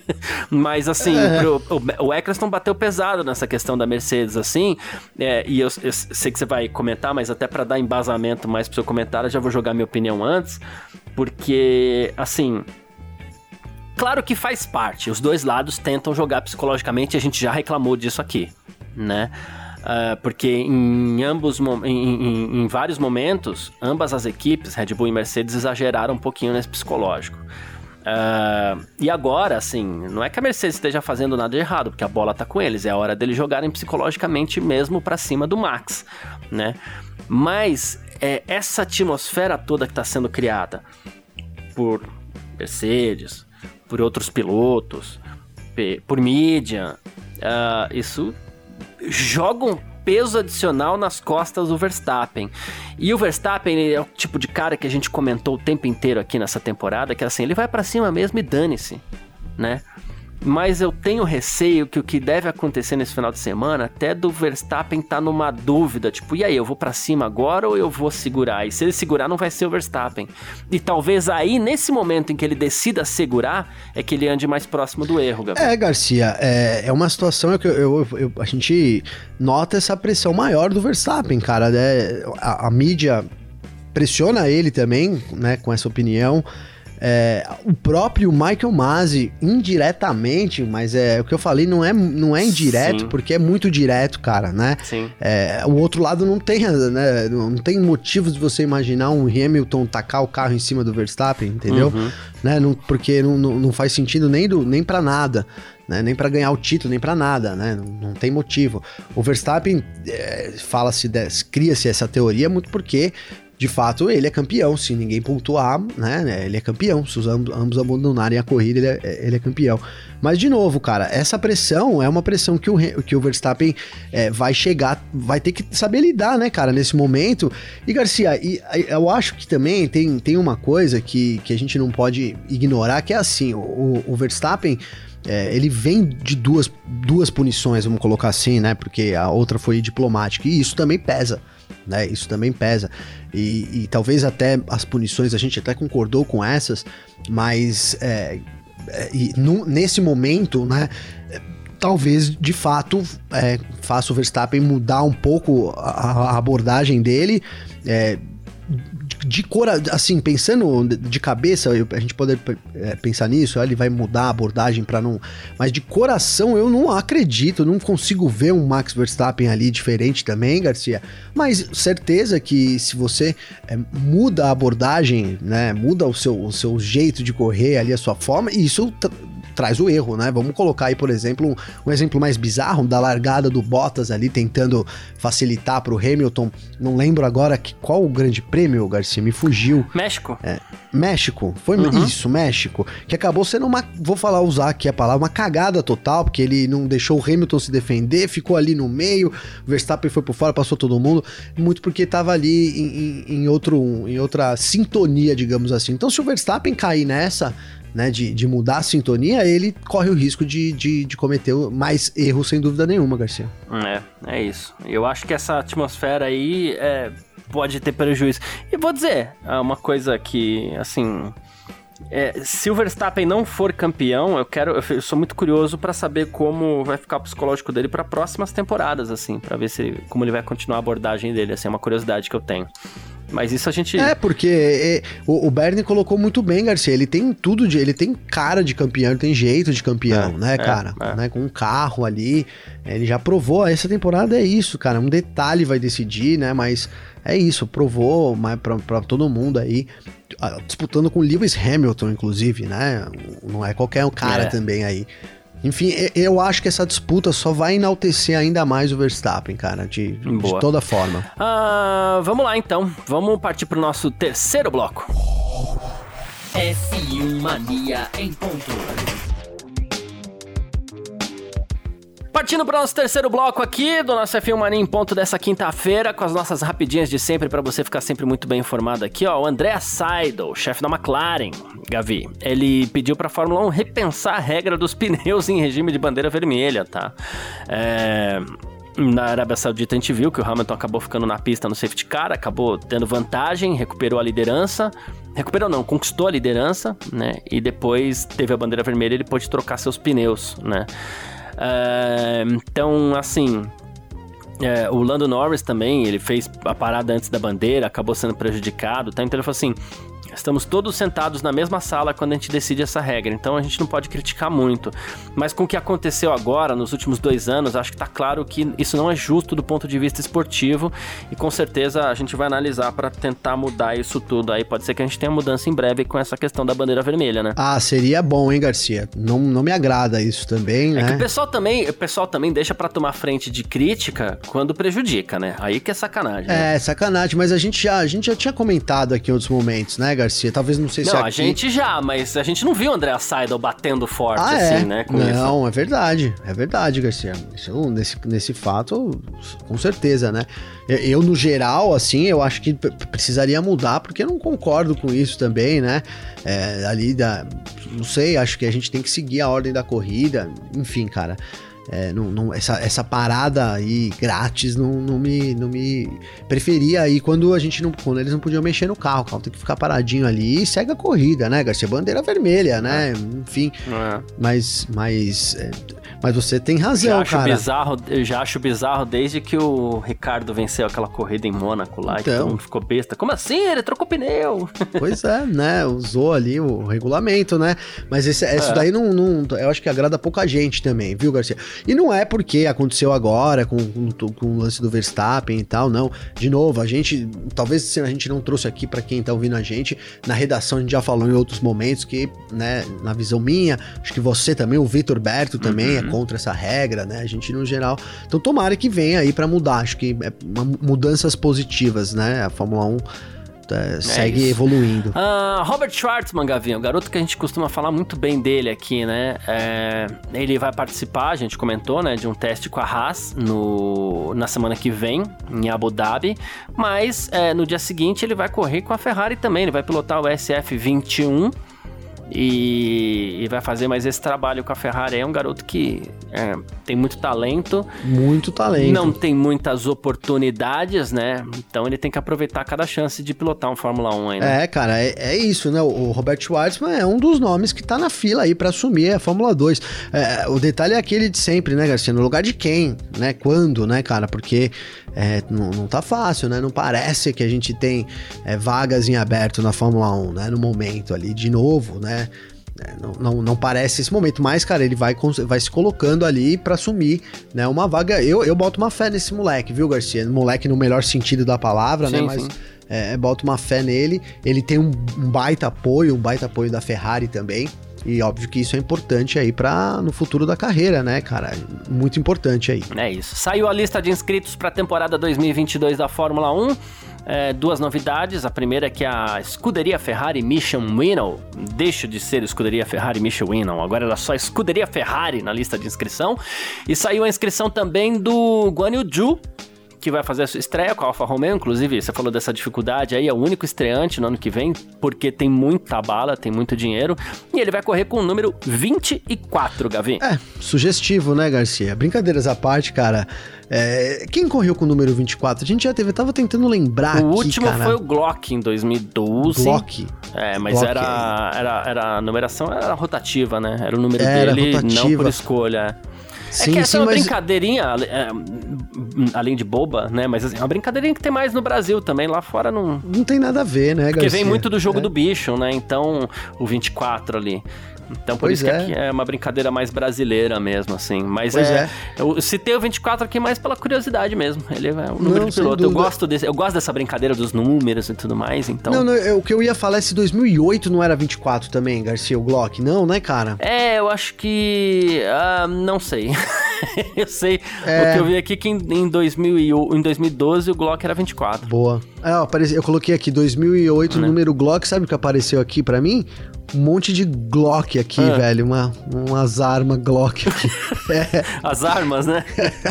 Mas assim, é. pro, o, o Eccleston bateu pesado nessa questão da Mercedes, assim, é, e eu, eu sei que você vai comentar, mas até para dar embasamento mais pro seu comentário, eu já vou jogar minha opinião antes, porque, assim... Claro que faz parte, os dois lados tentam jogar psicologicamente, a gente já reclamou disso aqui, né? Uh, porque em ambos, em, em, em vários momentos, ambas as equipes, Red Bull e Mercedes, exageraram um pouquinho nesse psicológico. Uh, e agora, assim, não é que a Mercedes esteja fazendo nada de errado, porque a bola tá com eles, é a hora deles jogarem psicologicamente mesmo pra cima do Max, né? Mas é, essa atmosfera toda que tá sendo criada por Mercedes, por outros pilotos, por mídia, uh, isso joga um peso adicional nas costas do Verstappen. E o Verstappen, ele é o tipo de cara que a gente comentou o tempo inteiro aqui nessa temporada, que assim, ele vai pra cima mesmo e dane-se, né? Mas eu tenho receio que o que deve acontecer nesse final de semana, até do Verstappen tá numa dúvida, tipo, e aí, eu vou pra cima agora ou eu vou segurar? E se ele segurar, não vai ser o Verstappen. E talvez aí, nesse momento em que ele decida segurar, é que ele ande mais próximo do erro, Gabriel. É, Garcia, é, é uma situação que eu, eu, eu, a gente nota essa pressão maior do Verstappen, cara, né? A, a mídia pressiona ele também, né, com essa opinião. É, o próprio Michael Masi, indiretamente, mas é o que eu falei, não é, não é indireto, Sim. porque é muito direto, cara, né? Sim. É, o outro lado não tem, né, não tem motivos de você imaginar um Hamilton tacar o carro em cima do Verstappen, entendeu? Uhum. Né, não, porque não, não, não faz sentido nem, do, nem pra nada. Né, nem para ganhar o título, nem para nada, né? Não, não tem motivo. O Verstappen, é, fala-se, cria-se essa teoria muito porque, de fato, ele é campeão. Se ninguém pontuar, né? Ele é campeão. Se os ambos, ambos abandonarem a corrida, ele é, ele é campeão. Mas, de novo, cara, essa pressão é uma pressão que o, que o Verstappen é, vai chegar, vai ter que saber lidar, né, cara, nesse momento. E, Garcia, e, eu acho que também tem, tem uma coisa que, que a gente não pode ignorar, que é assim, o, o Verstappen... É, ele vem de duas, duas punições, vamos colocar assim, né? Porque a outra foi diplomática, e isso também pesa, né? Isso também pesa. E, e talvez até as punições, a gente até concordou com essas, mas é, é, e no, nesse momento, né? Talvez, de fato, é, faça o Verstappen mudar um pouco a, a abordagem dele, é, de cor, assim, pensando de cabeça, a gente pode é, pensar nisso, ele vai mudar a abordagem para não... Mas de coração eu não acredito, não consigo ver um Max Verstappen ali diferente também, Garcia. Mas certeza que se você é, muda a abordagem, né, muda o seu, o seu jeito de correr ali, a sua forma, e isso... Tra- traz o erro, né? Vamos colocar aí, por exemplo, um, um exemplo mais bizarro da largada do Bottas ali, tentando facilitar pro Hamilton. Não lembro agora que, qual o grande prêmio, Garcia, me fugiu. México. É, México, foi uhum. isso, México, que acabou sendo uma, vou falar, usar aqui a palavra, uma cagada total, porque ele não deixou o Hamilton se defender, ficou ali no meio, o Verstappen foi por fora, passou todo mundo, muito porque tava ali em, em, em, outro, em outra sintonia, digamos assim. Então, se o Verstappen cair nessa, né, de, de mudar a sintonia, ele corre o risco de, de, de cometer mais erros, sem dúvida nenhuma, Garcia. É, é isso. Eu acho que essa atmosfera aí é, pode ter prejuízo. E vou dizer, é uma coisa que, assim... É, se o Verstappen não for campeão, eu quero, eu sou muito curioso pra saber como vai ficar o psicológico dele pra próximas temporadas, assim, pra ver se, como ele vai continuar a abordagem dele, assim, é uma curiosidade que eu tenho. Mas isso a gente... É, porque é, o, o Bernie colocou muito bem, Garcia, ele tem tudo, de, ele tem cara de campeão, ele tem jeito de campeão, é, né, é, cara? É. Né, com um carro ali, ele já provou, essa temporada é isso, cara, um detalhe vai decidir, né, mas é isso, provou mas pra, pra todo mundo aí, disputando com Lewis Hamilton, inclusive, né, não é qualquer cara é. também aí. Enfim, eu acho que essa disputa só vai enaltecer ainda mais o Verstappen, cara, de, de toda forma. Ah, vamos lá, então. Vamos partir pro nosso terceiro bloco. F um Mania em ponto. Partindo para o nosso terceiro bloco aqui do nosso F um Mania em ponto dessa quinta-feira, com as nossas rapidinhas de sempre, para você ficar sempre muito bem informado aqui, ó. O Andrea Seidel, chefe da McLaren, Gavi, ele pediu para a Fórmula um repensar a regra dos pneus em regime de bandeira vermelha, tá? É... Na Arábia Saudita a gente viu que o Hamilton acabou ficando na pista no safety car, acabou tendo vantagem, recuperou a liderança, recuperou não, conquistou a liderança, né? E depois teve a bandeira vermelha e ele pôde trocar seus pneus, né? Uh, então, assim, é, o Lando Norris também, ele fez a parada antes da bandeira, acabou sendo prejudicado, tá? Então ele falou assim, estamos todos sentados na mesma sala quando a gente decide essa regra, então a gente não pode criticar muito, mas com o que aconteceu agora, nos últimos dois anos, acho que tá claro que isso não é justo do ponto de vista esportivo, e com certeza a gente vai analisar para tentar mudar isso tudo, aí pode ser que a gente tenha mudança em breve com essa questão da bandeira vermelha, né? Ah, seria bom, hein, Garcia? Não, não me agrada isso também, né? É que o pessoal também, o pessoal também deixa pra tomar frente de crítica quando prejudica, né? Aí que é sacanagem. Né? É, sacanagem, mas a gente já, a gente já tinha comentado aqui em outros momentos, né, Garcia? Talvez não sei se Não, aqui... a gente já, mas a gente não viu o Andrea Seidel batendo forte ah, assim, é? né? Com não, isso. é verdade, é verdade, Garcia. Isso, nesse, nesse fato, com certeza, né? Eu, eu, no geral, assim, eu acho que p- precisaria mudar, porque eu não concordo com isso também, né? É, ali, da, não sei, acho que a gente tem que seguir a ordem da corrida, enfim, cara... É, não, não, essa, essa parada aí grátis não, não, me, não me preferia aí quando a gente não, quando eles não podiam mexer no carro, o carro tem que ficar paradinho ali e segue a corrida, né, Garcia? Bandeira vermelha, né? Enfim, é. mas, mas, é, mas você tem razão, já acho cara. Bizarro, eu já acho bizarro desde que o Ricardo venceu aquela corrida em Mônaco lá, então, e todo mundo ficou besta. Como assim? Ele trocou pneu. Pois é, né? Usou ali o regulamento, né? Mas esse, é. isso daí não, não, eu acho que agrada pouca gente também, viu, Garcia? E não é porque aconteceu agora com, com, com o lance do Verstappen e tal, não. De novo, a gente, talvez se a gente não trouxe aqui pra quem tá ouvindo a gente, na redação a gente já falou em outros momentos que, né, na visão minha, acho que você também, o Vitor Berto também uhum. é contra essa regra, né, a gente no geral. Então tomara que venha aí pra mudar, acho que é uma, mudanças positivas, né, a Fórmula um É, segue é evoluindo. Uh, Robert Schwartzman, Gavinho, o garoto que a gente costuma falar muito bem dele aqui, né? É, ele vai participar, a gente comentou, né? De um teste com a Haas no, na semana que vem, em Abu Dhabi. Mas é, no dia seguinte ele vai correr com a Ferrari também. Ele vai pilotar o S F vinte e um. E, e vai fazer mais esse trabalho com a Ferrari. É um garoto que é, tem muito talento. Muito talento. Não tem muitas oportunidades, né? Então ele tem que aproveitar cada chance de pilotar um Fórmula um aí, né? É, cara, é, é isso, né? O Robert Schwartzman é um dos nomes que tá na fila aí pra assumir a Fórmula dois. É, o detalhe é aquele de sempre, né, Garcia? No lugar de quem, né? Quando, né, cara? Porque é, não, não tá fácil, né? Não parece que a gente tem é, vagas em aberto na Fórmula um, né? No momento ali, de novo, né? Não, não, não parece esse momento, mas, cara, ele vai, vai se colocando ali pra assumir, né, uma vaga. Eu, eu boto uma fé nesse moleque, viu, Garcia? Moleque no melhor sentido da palavra, sim, né? Mas é, boto uma fé nele. Ele tem um, um baita apoio, um baita apoio da Ferrari também. E óbvio que isso é importante aí para no futuro da carreira, né, cara? Muito importante aí. É isso. Saiu a lista de inscritos para a temporada dois mil e vinte e dois da Fórmula um. É, duas novidades. A primeira é que a Scuderia Ferrari Mission Winnow deixa de ser Scuderia Ferrari Mission Winnow. Agora ela é só Scuderia Ferrari na lista de inscrição. E saiu a inscrição também do Guan Yu Zhou, que vai fazer a sua estreia com a Alfa Romeo, inclusive, você falou dessa dificuldade aí, é o único estreante no ano que vem, porque tem muita bala, tem muito dinheiro, e ele vai correr com o número vinte e quatro, Gavi. É, sugestivo, né, Garcia? Brincadeiras à parte, cara, é... quem correu com o número vinte e quatro? A gente já teve, eu tava tentando lembrar O aqui, último cara. foi o Glock em dois mil e doze. Glock? É, mas Glock, era, era, era a numeração era rotativa, né? Era o número Era dele, rotativa. não por escolha. Sim, é que essa sim, é uma mas... brincadeirinha, é, além de boba, né? Mas assim, é uma brincadeirinha que tem mais no Brasil também, lá fora não... Não tem nada a ver, né, Garcia? Porque vem muito do jogo é. do bicho, né? Então, o vinte e quatro ali. Então, por Pois isso que é. aqui é uma brincadeira mais brasileira mesmo, assim. Mas Pois é, é. Eu citei o vinte e quatro aqui mais pela curiosidade mesmo. Ele é o número Não, de sem piloto. Eu dúvida. gosto, desse, eu gosto dessa brincadeira dos números e tudo mais, então... Não, não, eu- o que eu ia falar é se dois mil e oito não era vinte e quatro também, Garcia, o Glock. Não, né, cara? É, eu acho que... ah, não sei. Eu sei. É. O que eu vi aqui que em, em, dois mil e, em dois mil e doze o Glock era vinte e quatro. Boa. É, ó, aparece- eu coloquei aqui dois mil e oito, Né? número Glock, sabe o que apareceu aqui pra mim? Um monte de Glock aqui, Ah. velho, uma, umas armas Glock aqui. É. As armas, né?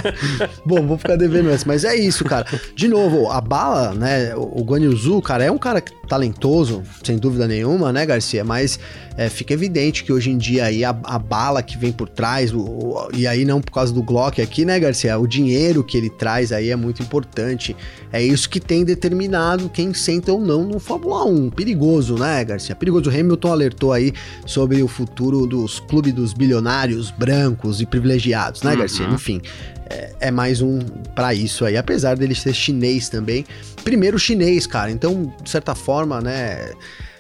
Bom, vou ficar devendo essa, mas é isso, cara. De novo, a bala, né, o Guan Yu Zhou, cara, é um cara talentoso, sem dúvida nenhuma, né, Garcia, mas é, fica evidente que hoje em dia aí a, a bala que vem por trás, o, o- e aí não por causa do Glock aqui, né, Garcia, o dinheiro que ele traz aí é muito importante. É isso que tem determinado quem senta ou não no Fórmula um. Perigoso, né, Garcia? Perigoso. O Hamilton alertou aí sobre o futuro dos clubes dos bilionários brancos e privilegiados, né, Garcia? Uhum. Enfim, é, é mais um pra isso aí, apesar dele ser chinês também. Primeiro chinês, cara, então, de certa forma, né,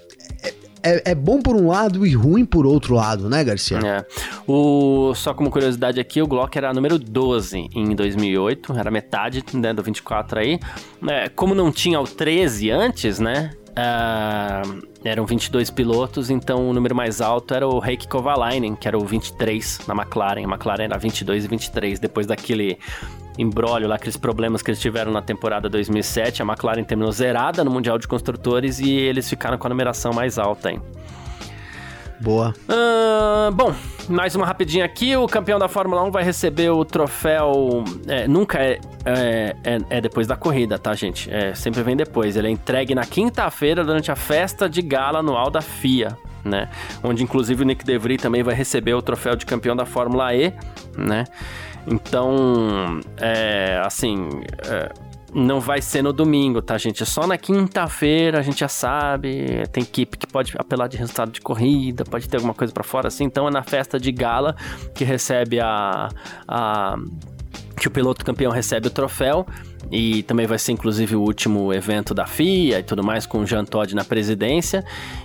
é, é, é bom por um lado e ruim por outro lado, né, Garcia? É. O, só como curiosidade aqui, o Glock era número doze em dois mil e oito, era metade, né, do vinte e quatro aí. É, como não tinha o treze antes, né, ah, eram vinte e dois pilotos, então o número mais alto era o Heikki Kovalainen, que era o vinte e três na McLaren. A McLaren era vinte e dois e vinte e três, depois daquele imbróglio lá, aqueles problemas que eles tiveram na temporada dois mil e sete, a McLaren terminou zerada no Mundial de Construtores e eles ficaram com a numeração mais alta aí. Boa. Ah, bom, mais uma rapidinha aqui. O campeão da Fórmula um vai receber o troféu. É, nunca é, é, é, é depois da corrida, tá, gente? É, sempre vem depois. Ele é entregue na quinta-feira durante a festa de gala anual da F I A, né? Onde inclusive o Nick De Vries também vai receber o troféu de campeão da Fórmula E, né? Então, é, assim. É, não vai ser no domingo, tá, gente? É só na quinta-feira, a gente já sabe. Tem equipe que pode apelar de resultado de corrida, pode ter alguma coisa pra fora assim. Então é na festa de gala que recebe a... a que o piloto campeão recebe o troféu. E também vai ser, inclusive, o último evento da F I A e tudo mais, com o Jean Todt na presidência.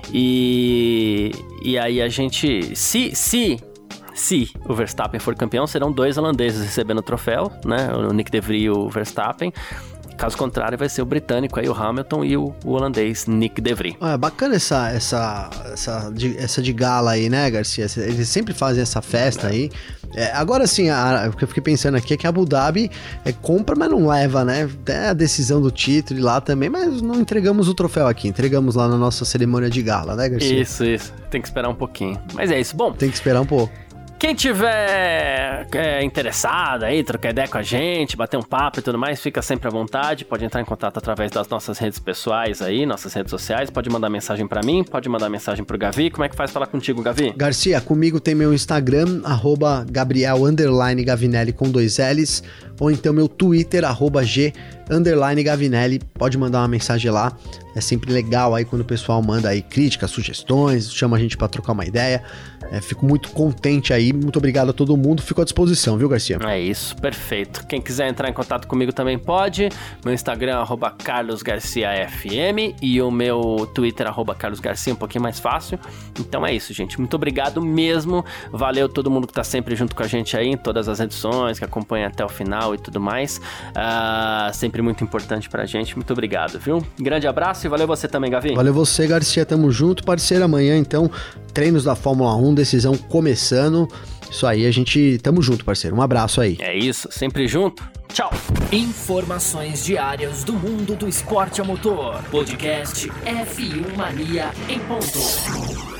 E, e aí a gente... Se... se Se o Verstappen for campeão, serão dois holandeses recebendo o troféu, né? O Nick De Vries e o Verstappen. Caso contrário, vai ser o britânico aí, o Hamilton, e o, o holandês Nick De Vries. Ah, bacana essa, essa, essa, de, essa de gala aí, né, Garcia? Eles sempre fazem essa festa é. aí. É, agora sim, a, o que eu fiquei pensando aqui é que a Abu Dhabi é, compra, mas não leva, né? Tem a decisão do título lá também, mas não entregamos o troféu aqui. Entregamos lá na nossa cerimônia de gala, né, Garcia? Isso, isso. Tem que esperar um pouquinho. Mas é isso. Bom, tem que esperar um pouco. Quem tiver é, interessado aí, trocar ideia com a gente, bater um papo e tudo mais, fica sempre à vontade. Pode entrar em contato através das nossas redes pessoais aí, nossas redes sociais. Pode mandar mensagem pra mim, pode mandar mensagem pro Gavi. Como é que faz falar contigo, Gavi? Garcia, comigo tem meu Instagram, arroba Gabriel underline Gavinelli com dois L's, ou então meu Twitter, arroba G underline Gavinelli. Pode mandar uma mensagem lá. É sempre legal aí quando o pessoal manda aí críticas, sugestões, chama a gente pra trocar uma ideia. É, fico muito contente aí, muito obrigado a todo mundo, fico à disposição, viu, Garcia? É isso, perfeito. Quem quiser entrar em contato comigo também pode. Meu Instagram é arroba Carlos Garcia F M e o meu Twitter arroba Carlos Garcia, um pouquinho mais fácil. Então é isso, gente. Muito obrigado mesmo. Valeu todo mundo que tá sempre junto com a gente aí em todas as edições, que acompanha até o final e tudo mais. Uh, sempre muito importante pra gente. Muito obrigado, viu? Grande abraço e valeu você também, Gavi. Valeu você, Garcia. Tamo junto, parceiro. Amanhã, então, treinos da Fórmula um, decisão começando. Isso aí, a gente... Tamo junto, parceiro. Um abraço aí. É isso, sempre junto. Tchau. Informações diárias do mundo do esporte a motor. Podcast F um Mania em ponto.